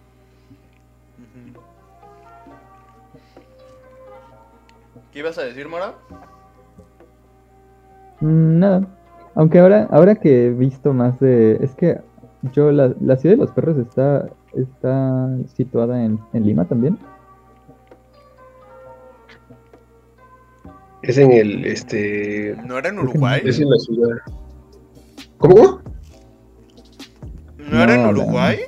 ¿Qué ibas a decir, Mora? Mm, Nada. Aunque ahora, ahora que he visto más de. Es que yo, la, la ciudad de los perros está, está situada en, en Lima también. Es en el, este, ¿No era en Creo que no me Uruguay? es acuerdo. en la ciudad. ¿Cómo? ¿Cómo? ¿No era en No, Uruguay?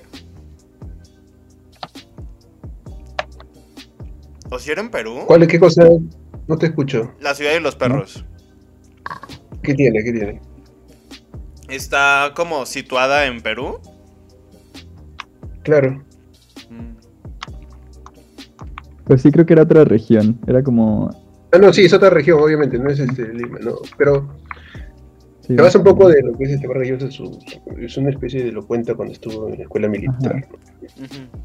¿O si era en Perú? ¿Cuál es qué cosa? No te escucho. La ciudad de los perros. ¿Qué tiene? ¿Qué tiene? Está como situada en Perú. Claro. Mm. Pues sí, creo que era otra región. Era como. Ah, no, sí, es otra región, obviamente, no es este Lima, no. Pero Sí, te vas un más o poco menos. de lo que es este Vargas Llosa, su- su- es una especie de lo cuenta cuando estuvo en la escuela militar. ¿no?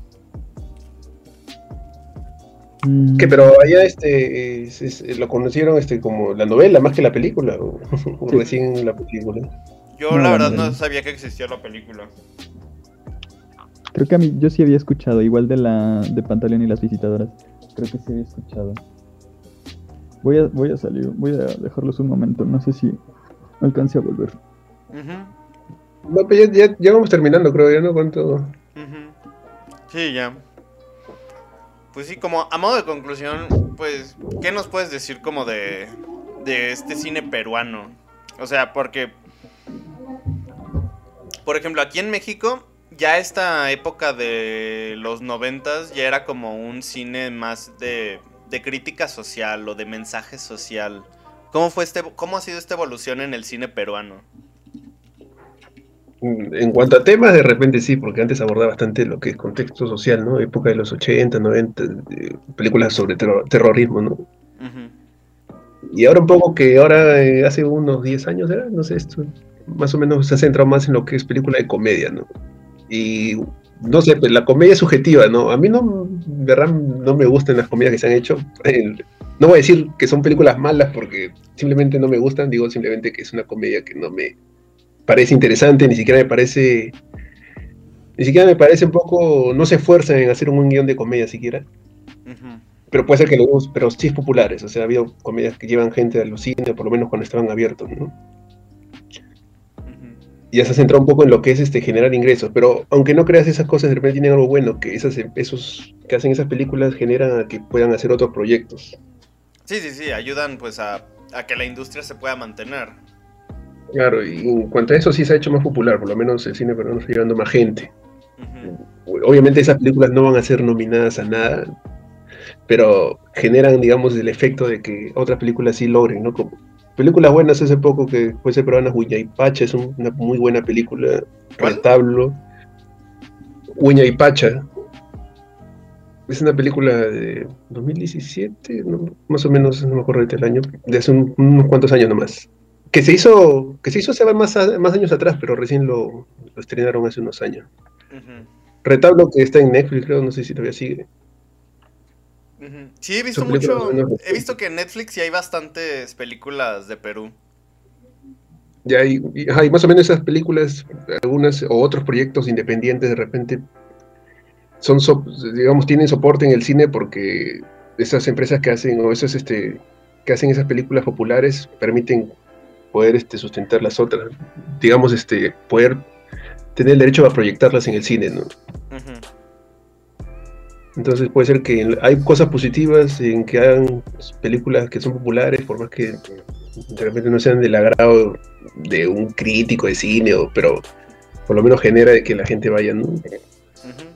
Ujú. Mm, Que pero allá este es- es- lo conocieron este como la novela más que la película, o, o Sí. recién la película. Yo No, la la verdad novela. no sabía que existía la película. Creo que a mí yo sí había escuchado, igual de la de Pantaleón y las visitadoras. Creo que sí había escuchado. Voy a, voy a salir, voy a dejarlos un momento. No sé si alcance a volver. Ujú. No, pues ya, ya, ya vamos terminando, creo, ya no cuánto. Ujú. Sí, ya. Pues sí, como a modo de conclusión, pues, ¿qué nos puedes decir como de, de este cine peruano? O sea, porque, por ejemplo, aquí en México, ya esta época de los noventas ya era como un cine más de, de crítica social o de mensaje social. ¿Cómo fue este, cómo ha sido esta evolución en el cine peruano? En cuanto a temas, de repente sí, porque antes abordaba bastante lo que es contexto social, ¿no? Época de los ochenta, noventa, de películas sobre terror- terrorismo, ¿no? Ujú. Y ahora un poco que ahora, eh, hace unos diez años, ¿era? No sé, esto más o menos se ha centrado más en lo que es película de comedia, ¿no? Y no sé, pues la comedia es subjetiva, ¿no? A mí no, de verdad, no me gustan las comedias que se han hecho. Eh, No voy a decir que son películas malas porque simplemente no me gustan, digo simplemente que es una comedia que no me parece interesante, ni siquiera me parece, ni siquiera me parece un poco, no se esfuerzan en hacer un, un guión de comedia siquiera, Ujú. pero puede ser que lo vemos, pero sí es populares, o sea, ha habido comedias que llevan gente a los cines, por lo menos cuando estaban abiertos, ¿no? Ujú. Y ya se ha centrado un poco en lo que es este generar ingresos, pero aunque no creas esas cosas, de repente tienen algo bueno, que esas, esos que hacen esas películas generan a que puedan hacer otros proyectos. Sí, sí, sí, ayudan pues a, a que la industria se pueda mantener. Claro, y en cuanto a eso sí se ha hecho más popular, por lo menos el cine peruano está llevando más gente. Ujú. Obviamente esas películas no van a ser nominadas a nada, pero generan, digamos, el efecto de que otras películas sí logren, ¿no? Como películas buenas hace poco que fue peruana, Huña y Pacha, es un- una muy buena película, ¿Cuál? Retablo, Huña y Pacha, es una película de dos mil diecisiete, ¿no? Más o menos, no me acuerdo ahorita el año, de hace un- unos cuantos años nomás. Que se hizo, que se hizo hace más, a- más años atrás, pero recién lo, lo estrenaron hace unos años. Ujú. Retablo que está en Netflix, creo, no sé si todavía sigue. Ujú. Sí, he visto Son películas mucho. más o menos He visto recientes. que en Netflix sí hay bastantes películas de Perú. Ya hay, y, ajá, y más o menos esas películas, algunas o otros proyectos independientes de repente son, so- digamos, tienen soporte en el cine porque esas empresas que hacen o esas este que hacen esas películas populares permiten poder este sustentar las otras, digamos, este poder tener el derecho a proyectarlas en el cine, ¿no? Ujú. Entonces puede ser que hay cosas positivas en que hagan películas que son populares, por más que de repente no sean del agrado de un crítico de cine, o, pero por lo menos genera de que la gente vaya, ¿no? Ujú.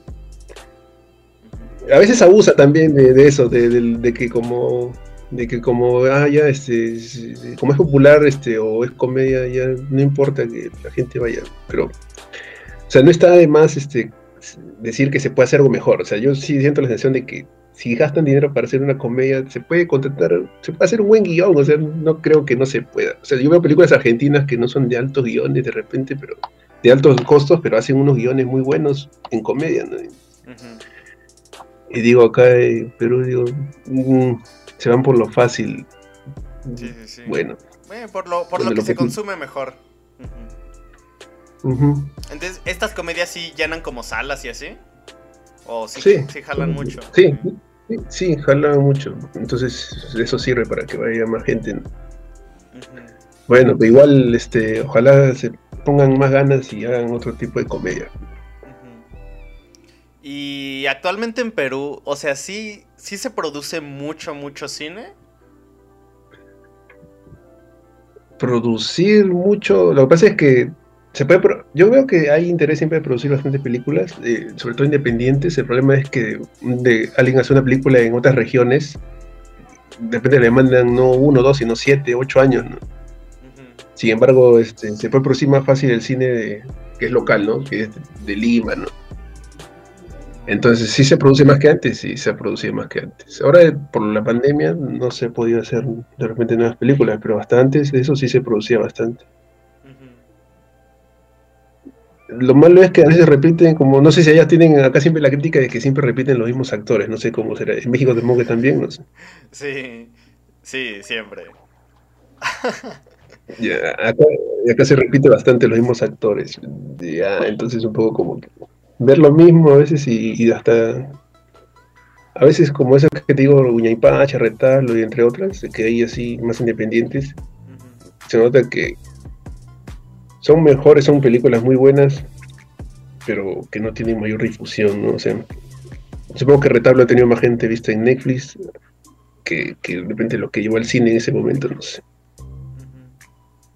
A veces abusa también de, de eso, de, de- de que como de que como ah ya este es- como es popular este o es comedia ya no importa que la gente vaya, pero o sea, no está de más este decir que se puede hacer algo mejor. O sea, yo sí siento la sensación de que si gastan dinero para hacer una comedia, se puede contratar, se puede hacer un buen guión, o sea, no creo que no se pueda. O sea, yo veo películas argentinas que no son de altos guiones de repente, pero de altos costos, pero hacen unos guiones muy buenos en comedia, ¿no? Ujú. Y digo, acá en Perú, digo, mm, se van por lo fácil. Sí, sí, sí. Bueno, Eh, por lo, por lo bueno, que lo se que sí. consume mejor. Ujú. Ujú. Entonces, ¿estas comedias sí llenan como salas y así? ¿O sí, Sí, sí jalan mucho? sí, Ujú. sí, sí, jala mucho. Entonces, eso sirve para que vaya más gente, ¿no? Ujú. Bueno, pero igual, este, ojalá se pongan más ganas y hagan otro tipo de comedia. Ujú. Y actualmente en Perú, o sea, sí, sí se produce mucho, mucho cine. Producir mucho, lo que pasa es que se puede, pro- yo veo que hay interés siempre de producir bastantes películas, eh, sobre todo independientes. El problema es que de, alguien hace una película en otras regiones, de repente le mandan no uno, dos, sino siete, ocho años, ¿no? Ujú. Sin embargo, este, se puede producir más fácil el cine de- que es local, ¿no? Que es de, de Lima, ¿no? Entonces, sí se produce más que antes, sí se ha producido más que antes. Ahora, eh, por la pandemia, no se ha podido hacer de repente nuevas películas, pero hasta antes de eso sí se producía bastante. Ujú. Lo malo es que a veces repiten, como no sé si allá tienen acá siempre la crítica de que siempre repiten los mismos actores, no sé cómo será. En México supongo que también, no sé. Sí, sí, siempre. Ya, acá, acá se repite bastante los mismos actores. Ya, entonces un poco como que ver lo mismo a veces y, y hasta a veces como esas que te digo, Uñaypacha, Retalo y entre otras, que hay así más independientes, Ujú. se nota que son mejores, son películas muy buenas, pero que no tienen mayor difusión, ¿no? O sea, supongo que Retablo ha tenido más gente vista en Netflix que, que de repente lo que llevó al cine en ese momento, no sé. Ujú.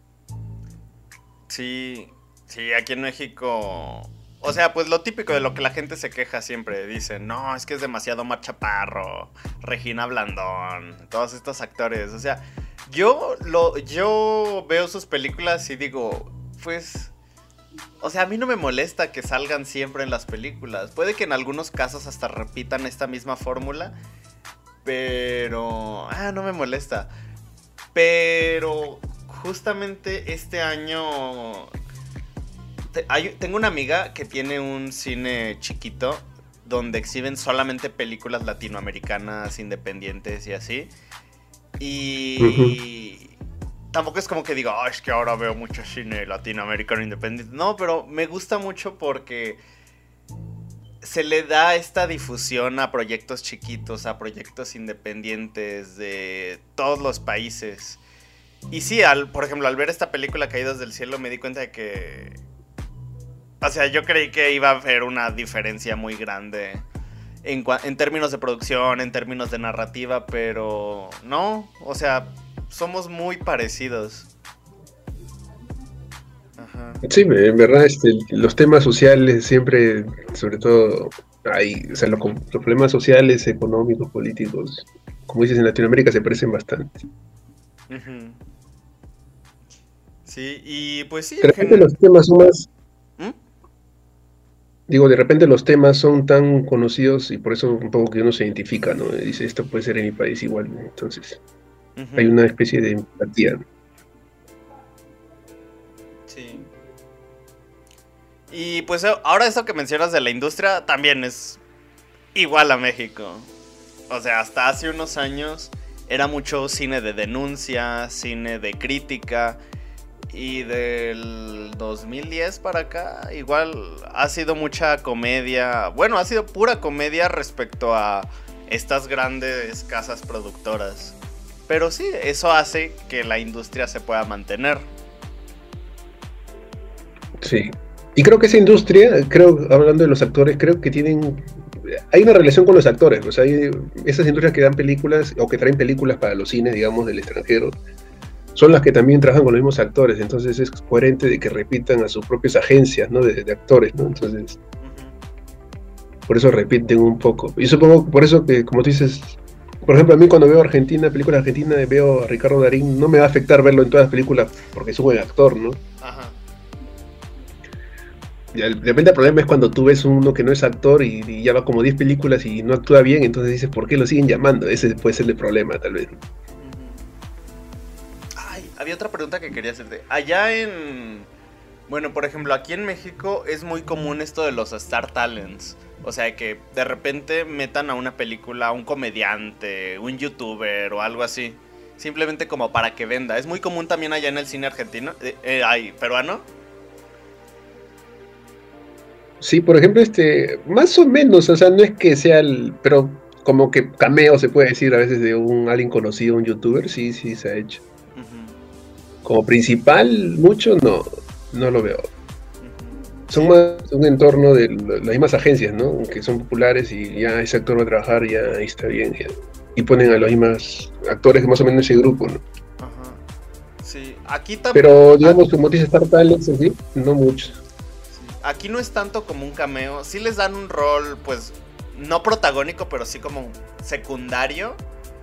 Sí, sí, aquí en México. O sea, pues lo típico de lo que la gente se queja siempre. Dicen, no, es que es demasiado Omar Chaparro, Regina Blandón, todos estos actores. O sea, yo, lo, yo veo sus películas y digo, pues. O sea, a mí no me molesta que salgan siempre en las películas. Puede que en algunos casos hasta repitan esta misma fórmula. Pero. Ah, no me molesta. Pero justamente este año te- hay- tengo una amiga que tiene un cine chiquito donde exhiben solamente películas latinoamericanas independientes y así. Ujú. Y tampoco es como que diga, "Ah, es que ahora veo mucho cine latinoamericano independiente". No, pero me gusta mucho porque se le da esta difusión a proyectos chiquitos, a proyectos independientes de todos los países. Y sí, al, por ejemplo, al ver esta película Caídos del Cielo me di cuenta de que... O sea, yo creí que iba a haber una diferencia muy grande en, cua- en términos de producción, en términos de narrativa, pero no, o sea, somos muy parecidos. Ajá. Sí, en verdad, este, los temas sociales siempre, sobre todo, hay, o sea, lo- los problemas sociales, económicos, políticos, como dices, en Latinoamérica se parecen bastante. Ujú. Sí, y pues sí, De en repente general... los temas son más, ¿Mm? digo, de repente los temas son tan conocidos y por eso un poco que uno se identifica, ¿no? Y dice, esto puede ser en mi país igual, ¿no? Entonces, hay Ujú. una especie de empatía, ¿no? Sí. Y pues eh, ahora eso que mencionas de la industria también es igual a México. O sea, hasta hace unos años era mucho cine de denuncia, cine de crítica. Y del dos mil diez para acá, igual ha sido mucha comedia. Bueno, ha sido pura comedia respecto a estas grandes casas productoras. Pero sí, eso hace que la industria se pueda mantener. Sí. Y creo que esa industria, creo, hablando de los actores, creo que tienen... Hay una relación con los actores. O sea, hay esas industrias que dan películas, o que traen películas para los cines, digamos, del extranjero, son las que también trabajan con los mismos actores. Entonces es coherente de que repitan a sus propias agencias, ¿no? de, de actores, ¿no? Entonces, por eso repiten un poco. Y supongo, por eso que, como tú dices... Por ejemplo, a mí cuando veo Argentina, películas argentinas, veo a Ricardo Darín, no me va a afectar verlo en todas las películas porque es un buen actor, ¿no? Ajá. Y de repente el problema es cuando tú ves uno que no es actor y, y ya va como diez películas y no actúa bien, entonces dices, ¿por qué lo siguen llamando? Ese puede ser el problema, tal vez. Ay, había otra pregunta que quería hacerte. Allá en... Bueno, por ejemplo, aquí en México es muy común esto de los Star Talents. O sea, que de repente metan a una película a un comediante, un youtuber o algo así. Simplemente como para que venda. Es muy común también allá en el cine argentino. Eh, eh, ay, ¿peruano? Sí, por ejemplo, este, más o menos, o sea, no es que sea el, pero como que cameo se puede decir a veces de un alguien conocido, un youtuber, sí, sí se ha hecho. Uh-huh. Como principal, mucho no, no lo veo. Son más un entorno de las mismas agencias, ¿no? Que son populares y ya ese actor va a trabajar, ya ahí está bien. Ya. Y ponen a los mismos actores más o menos en ese grupo, ¿no? Ajá. Sí, aquí también. Pero digamos, como dice Star Talents, ¿sí? No mucho. Sí. Aquí no es tanto como un cameo. Sí les dan un rol, pues, no protagónico, pero sí como secundario.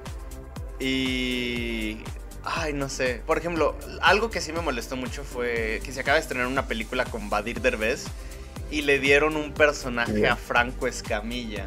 Y... Ay, no sé. Por ejemplo, algo que sí me molestó mucho fue que se acaba de estrenar una película con Badir Derbez y le dieron un personaje yeah. a Franco Escamilla.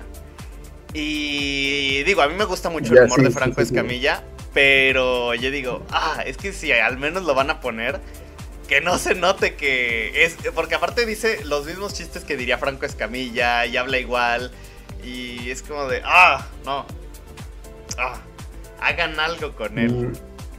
Y digo, a mí me gusta mucho el yeah, humor sí, de Franco sí, sí, Escamilla, sí. Pero yo digo, ah, es que si al menos lo van a poner, que no se note que es... Porque aparte dice los mismos chistes que diría Franco Escamilla y habla igual. Y es como de, ah, no. Ah, hagan algo con él. Mm.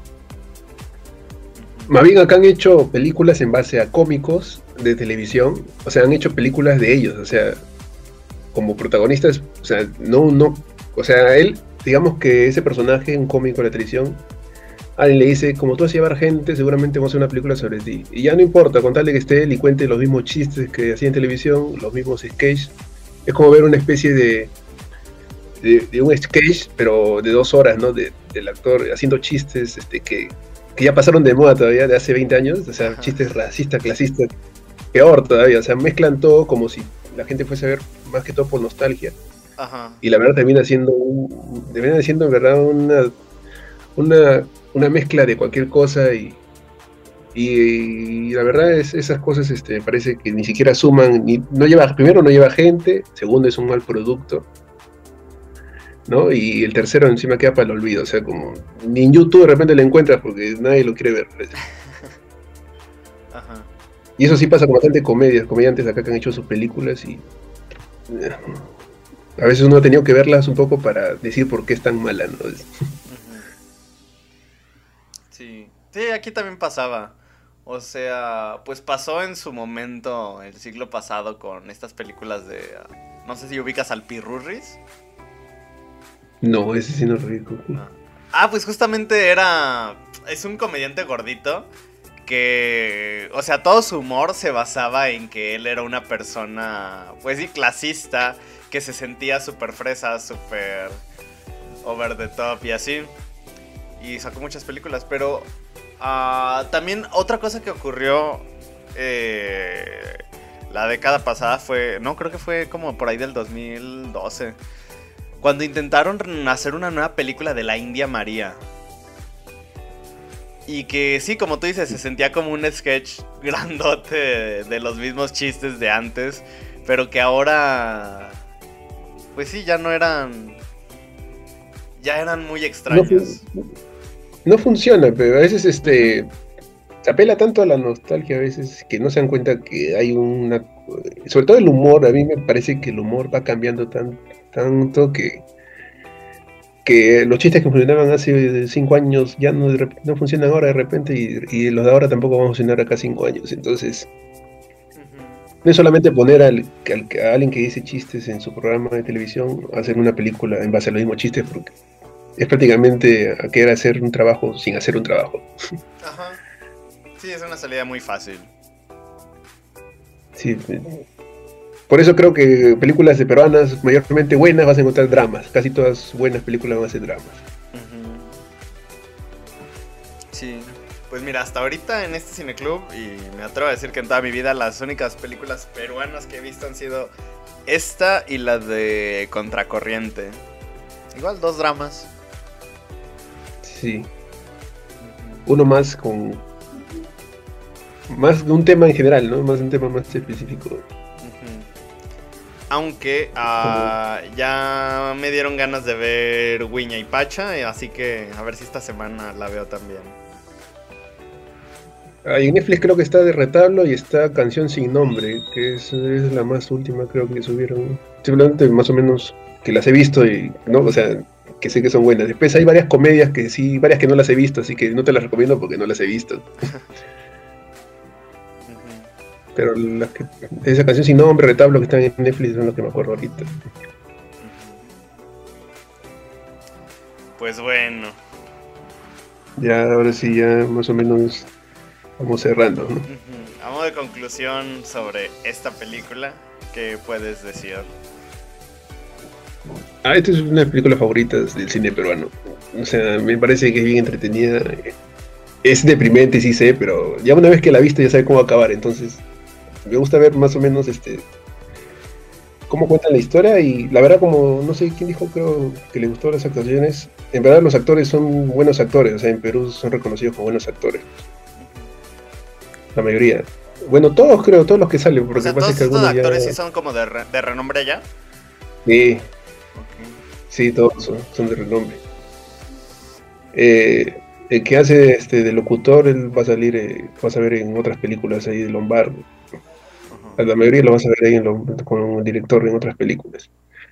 Más bien acá han hecho películas en base a cómicos de televisión, o sea, han hecho películas de ellos, o sea, como protagonistas, o sea, no, no, o sea, él, digamos que ese personaje, un cómico de la televisión, alguien le dice, como tú vas a llevar gente, seguramente vamos a hacer una película sobre ti, y ya no importa, con tal de que esté él y cuente los mismos chistes que hacía en televisión, los mismos sketches, es como ver una especie de, de, de un sketch, pero de dos horas, ¿no?, de, del actor haciendo chistes, este, que que ya pasaron de moda todavía, de hace veinte años, o sea, ajá, chistes racistas, clasistas, peor todavía, o sea, mezclan todo como si la gente fuese a ver más que todo por nostalgia. Ajá. Y la verdad termina siendo, un, termina siendo en verdad una, una, una mezcla de cualquier cosa y, y, y la verdad es esas cosas este, me parece que ni siquiera suman, ni, no lleva, primero no lleva gente, segundo es un mal producto, ¿no? Y el tercero encima queda para el olvido, o sea, como ni en YouTube de repente lo encuentras porque nadie lo quiere ver. Ajá. Y eso sí pasa con bastante comedias, comediantes acá que han hecho sus películas y a veces uno ha tenido que verlas un poco para decir por qué es tan mala, ¿no? Sí, sí, aquí también pasaba. O sea, pues pasó en su momento el siglo pasado con estas películas de, no sé si ubicas al Pirurris. No, ese sí no lo ubico. Ah. ah, pues justamente era... Es un comediante gordito que... O sea, todo su humor se basaba en que él era una persona, pues sí, clasista, que se sentía súper fresa, súper over the top y así. Y sacó muchas películas, pero... Uh, también otra cosa que ocurrió eh, la década pasada fue... No, creo que fue como por ahí del dos mil doce... Cuando intentaron hacer una nueva película de la India María. Y que sí, como tú dices, se sentía como un sketch grandote de, de los mismos chistes de antes. Pero que ahora... Pues sí, ya no eran... Ya eran muy extraños. No, no funciona, pero a veces este... Se apela tanto a la nostalgia a veces que no se dan cuenta que hay una... Sobre todo el humor, a mí me parece que el humor va cambiando tan, tanto que... que los chistes que funcionaban hace cinco años ya no, de rep- no funcionan ahora de repente y, y los de ahora tampoco van a funcionar acá cinco años. Entonces, Ujú. no es solamente poner al, al- a alguien que dice chistes en su programa de televisión a hacer una película en base a los mismos chistes, porque es prácticamente a querer hacer un trabajo sin hacer un trabajo. Ajá. Sí, es una salida muy fácil. Sí, eh, por eso creo que películas de peruanas mayormente buenas vas a encontrar dramas. Casi todas buenas películas van a ser dramas. Ujú. Sí. Pues mira, hasta ahorita en este cineclub, y me atrevo a decir que en toda mi vida, las únicas películas peruanas que he visto han sido esta y la de Contracorriente. Igual dos dramas. Sí. Uno más con... Más de un tema en general, ¿no? Más de un tema más específico. Ujú. Aunque ah, ya me dieron ganas de ver Wiña y Pacha, eh, así que a ver si esta semana la veo también. Ah, y en Netflix creo que está de retablo y está Canción sin nombre, que es, es la más última creo que subieron. Simplemente más o menos que las he visto y, ¿no? O sea, que sé que son buenas. Después hay varias comedias que sí, varias que no las he visto, así que no te las recomiendo porque no las he visto. Ujú. Pero las que, esa Canción sin nombre, retablo que están en Netflix son los que me acuerdo ahorita. Pues bueno. Ya, ahora sí, ya más o menos vamos cerrando, ¿no? Ujú. A modo de conclusión sobre esta película, ¿qué puedes decir? Ah, esta es una de mis películas favoritas del cine peruano. O sea, me parece que es bien entretenida. Es deprimente, sí sé, pero ya una vez que la viste ya sabe cómo va a acabar. Entonces, me gusta ver más o menos este cómo cuentan la historia y la verdad, como no sé quién dijo, creo que le gustó las actuaciones. En verdad, los actores son buenos actores. O sea, en Perú son reconocidos como buenos actores. La mayoría. Bueno, todos creo, todos los que salen, porque O sea, pasa todos que estos algunos ya... actores sí son como de, re- de renombre ya. Sí, Ok. sí, todos son, son de renombre. Eh, el que hace este de locutor, él va a salir, eh, vas a ver en otras películas ahí de Lombardo. Ajá. A la mayoría lo vas a ver ahí en lo- con el director en otras películas.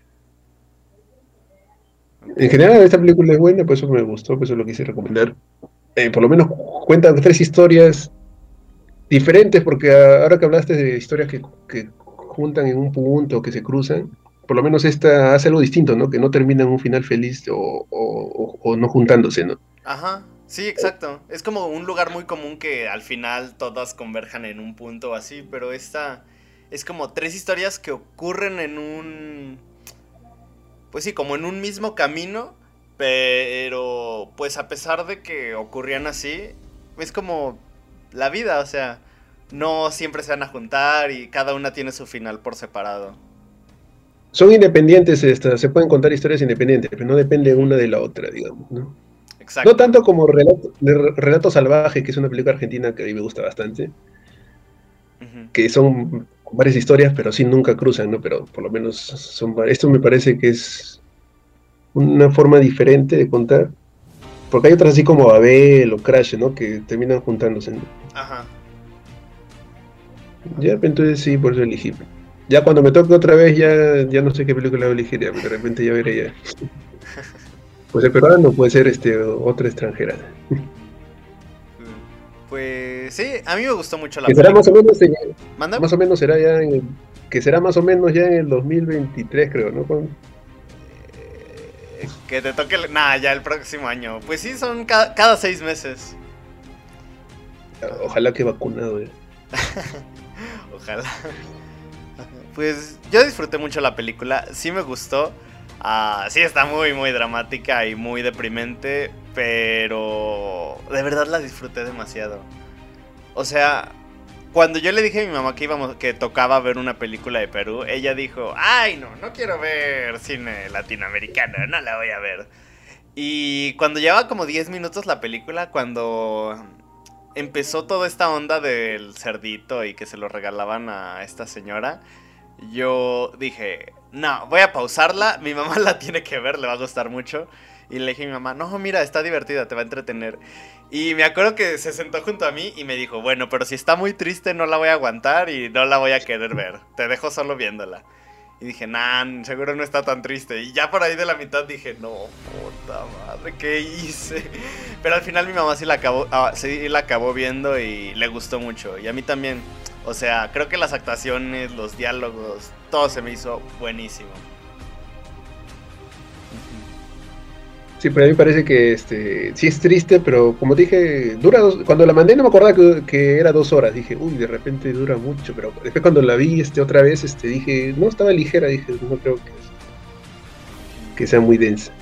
Ok. En general, esta película es buena, por eso me gustó, por eso lo quise recomendar. Eh, por lo menos cuenta tres historias diferentes, porque a- ahora que hablaste de historias que, que juntan en un punto, que se cruzan, por lo menos esta hace algo distinto, ¿no? Que no termina en un final feliz o, o- o- o no juntándose, ¿no? Ajá. Sí, exacto. Es como un lugar muy común que al final todas converjan en un punto o así, pero esta es como tres historias que ocurren en un... Pues sí, como en un mismo camino, pero pues a pesar de que ocurrían así, es como la vida, o sea, no siempre se van a juntar y cada una tiene su final por separado. Son independientes estas, se pueden contar historias independientes, pero no depende una de la otra, digamos, ¿no? No Exacto. tanto como Relato, de- Relato Salvaje, que es una película argentina que a mí me gusta bastante, Ujú. que son varias historias, pero sí nunca cruzan, ¿no? Pero por lo menos son va- esto me parece que es una forma diferente de contar, porque hay otras así como Babel o Crash, ¿no? Que terminan juntándose, ¿no? Ajá. Ya, entonces sí, por eso elegí. Ya cuando me toque otra vez, ya, ya no sé qué película voy a elegir, ya, de repente ya veré ya. Puede ser peruano, puede ser este, otra extranjera. Pues sí, a mí me gustó mucho la Que será más o película. menos, en- ¿Manda? más o menos será ya en el, que será más o menos ya en el dos mil veintitrés, creo, ¿no? Con- Eh, que te toque... el- Nah, ya el próximo año. Pues sí, son cada, cada seis meses. ojalá que vacunado, ya. Ojalá. Pues yo disfruté mucho la película, sí me gustó. Ah, sí está muy, muy dramática y muy deprimente, pero de verdad la disfruté demasiado. O sea, cuando yo le dije a mi mamá que íbamos, que tocaba ver una película de Perú, ella dijo, ay no, no quiero ver cine latinoamericano, no la voy a ver. Y cuando llevaba como diez minutos la película, cuando empezó toda esta onda del cerdito y que se lo regalaban a esta señora, yo dije, no, voy a pausarla, mi mamá la tiene que ver, le va a gustar mucho. Y le dije a mi mamá, no, mira, está divertida, te va a entretener. Y me acuerdo que se sentó junto a mí y me dijo, bueno, pero si está muy triste no la voy a aguantar y no la voy a querer ver, te dejo solo viéndola. Y dije, nah, seguro no está tan triste. Y ya por ahí de la mitad dije, no, puta madre, ¿qué hice? Pero al final mi mamá sí la acabó, ah, sí la acabó viendo y le gustó mucho. Y a mí también. O sea, creo que las actuaciones, los diálogos, todo se me hizo buenísimo. Sí, pero a mí me parece que este sí es triste, pero como dije, dura dos, cuando la mandé no me acordaba que, que era dos horas, dije, uy, de repente dura mucho, pero después cuando la vi este otra vez, este dije, no, estaba ligera, dije, no creo que, que sea muy densa.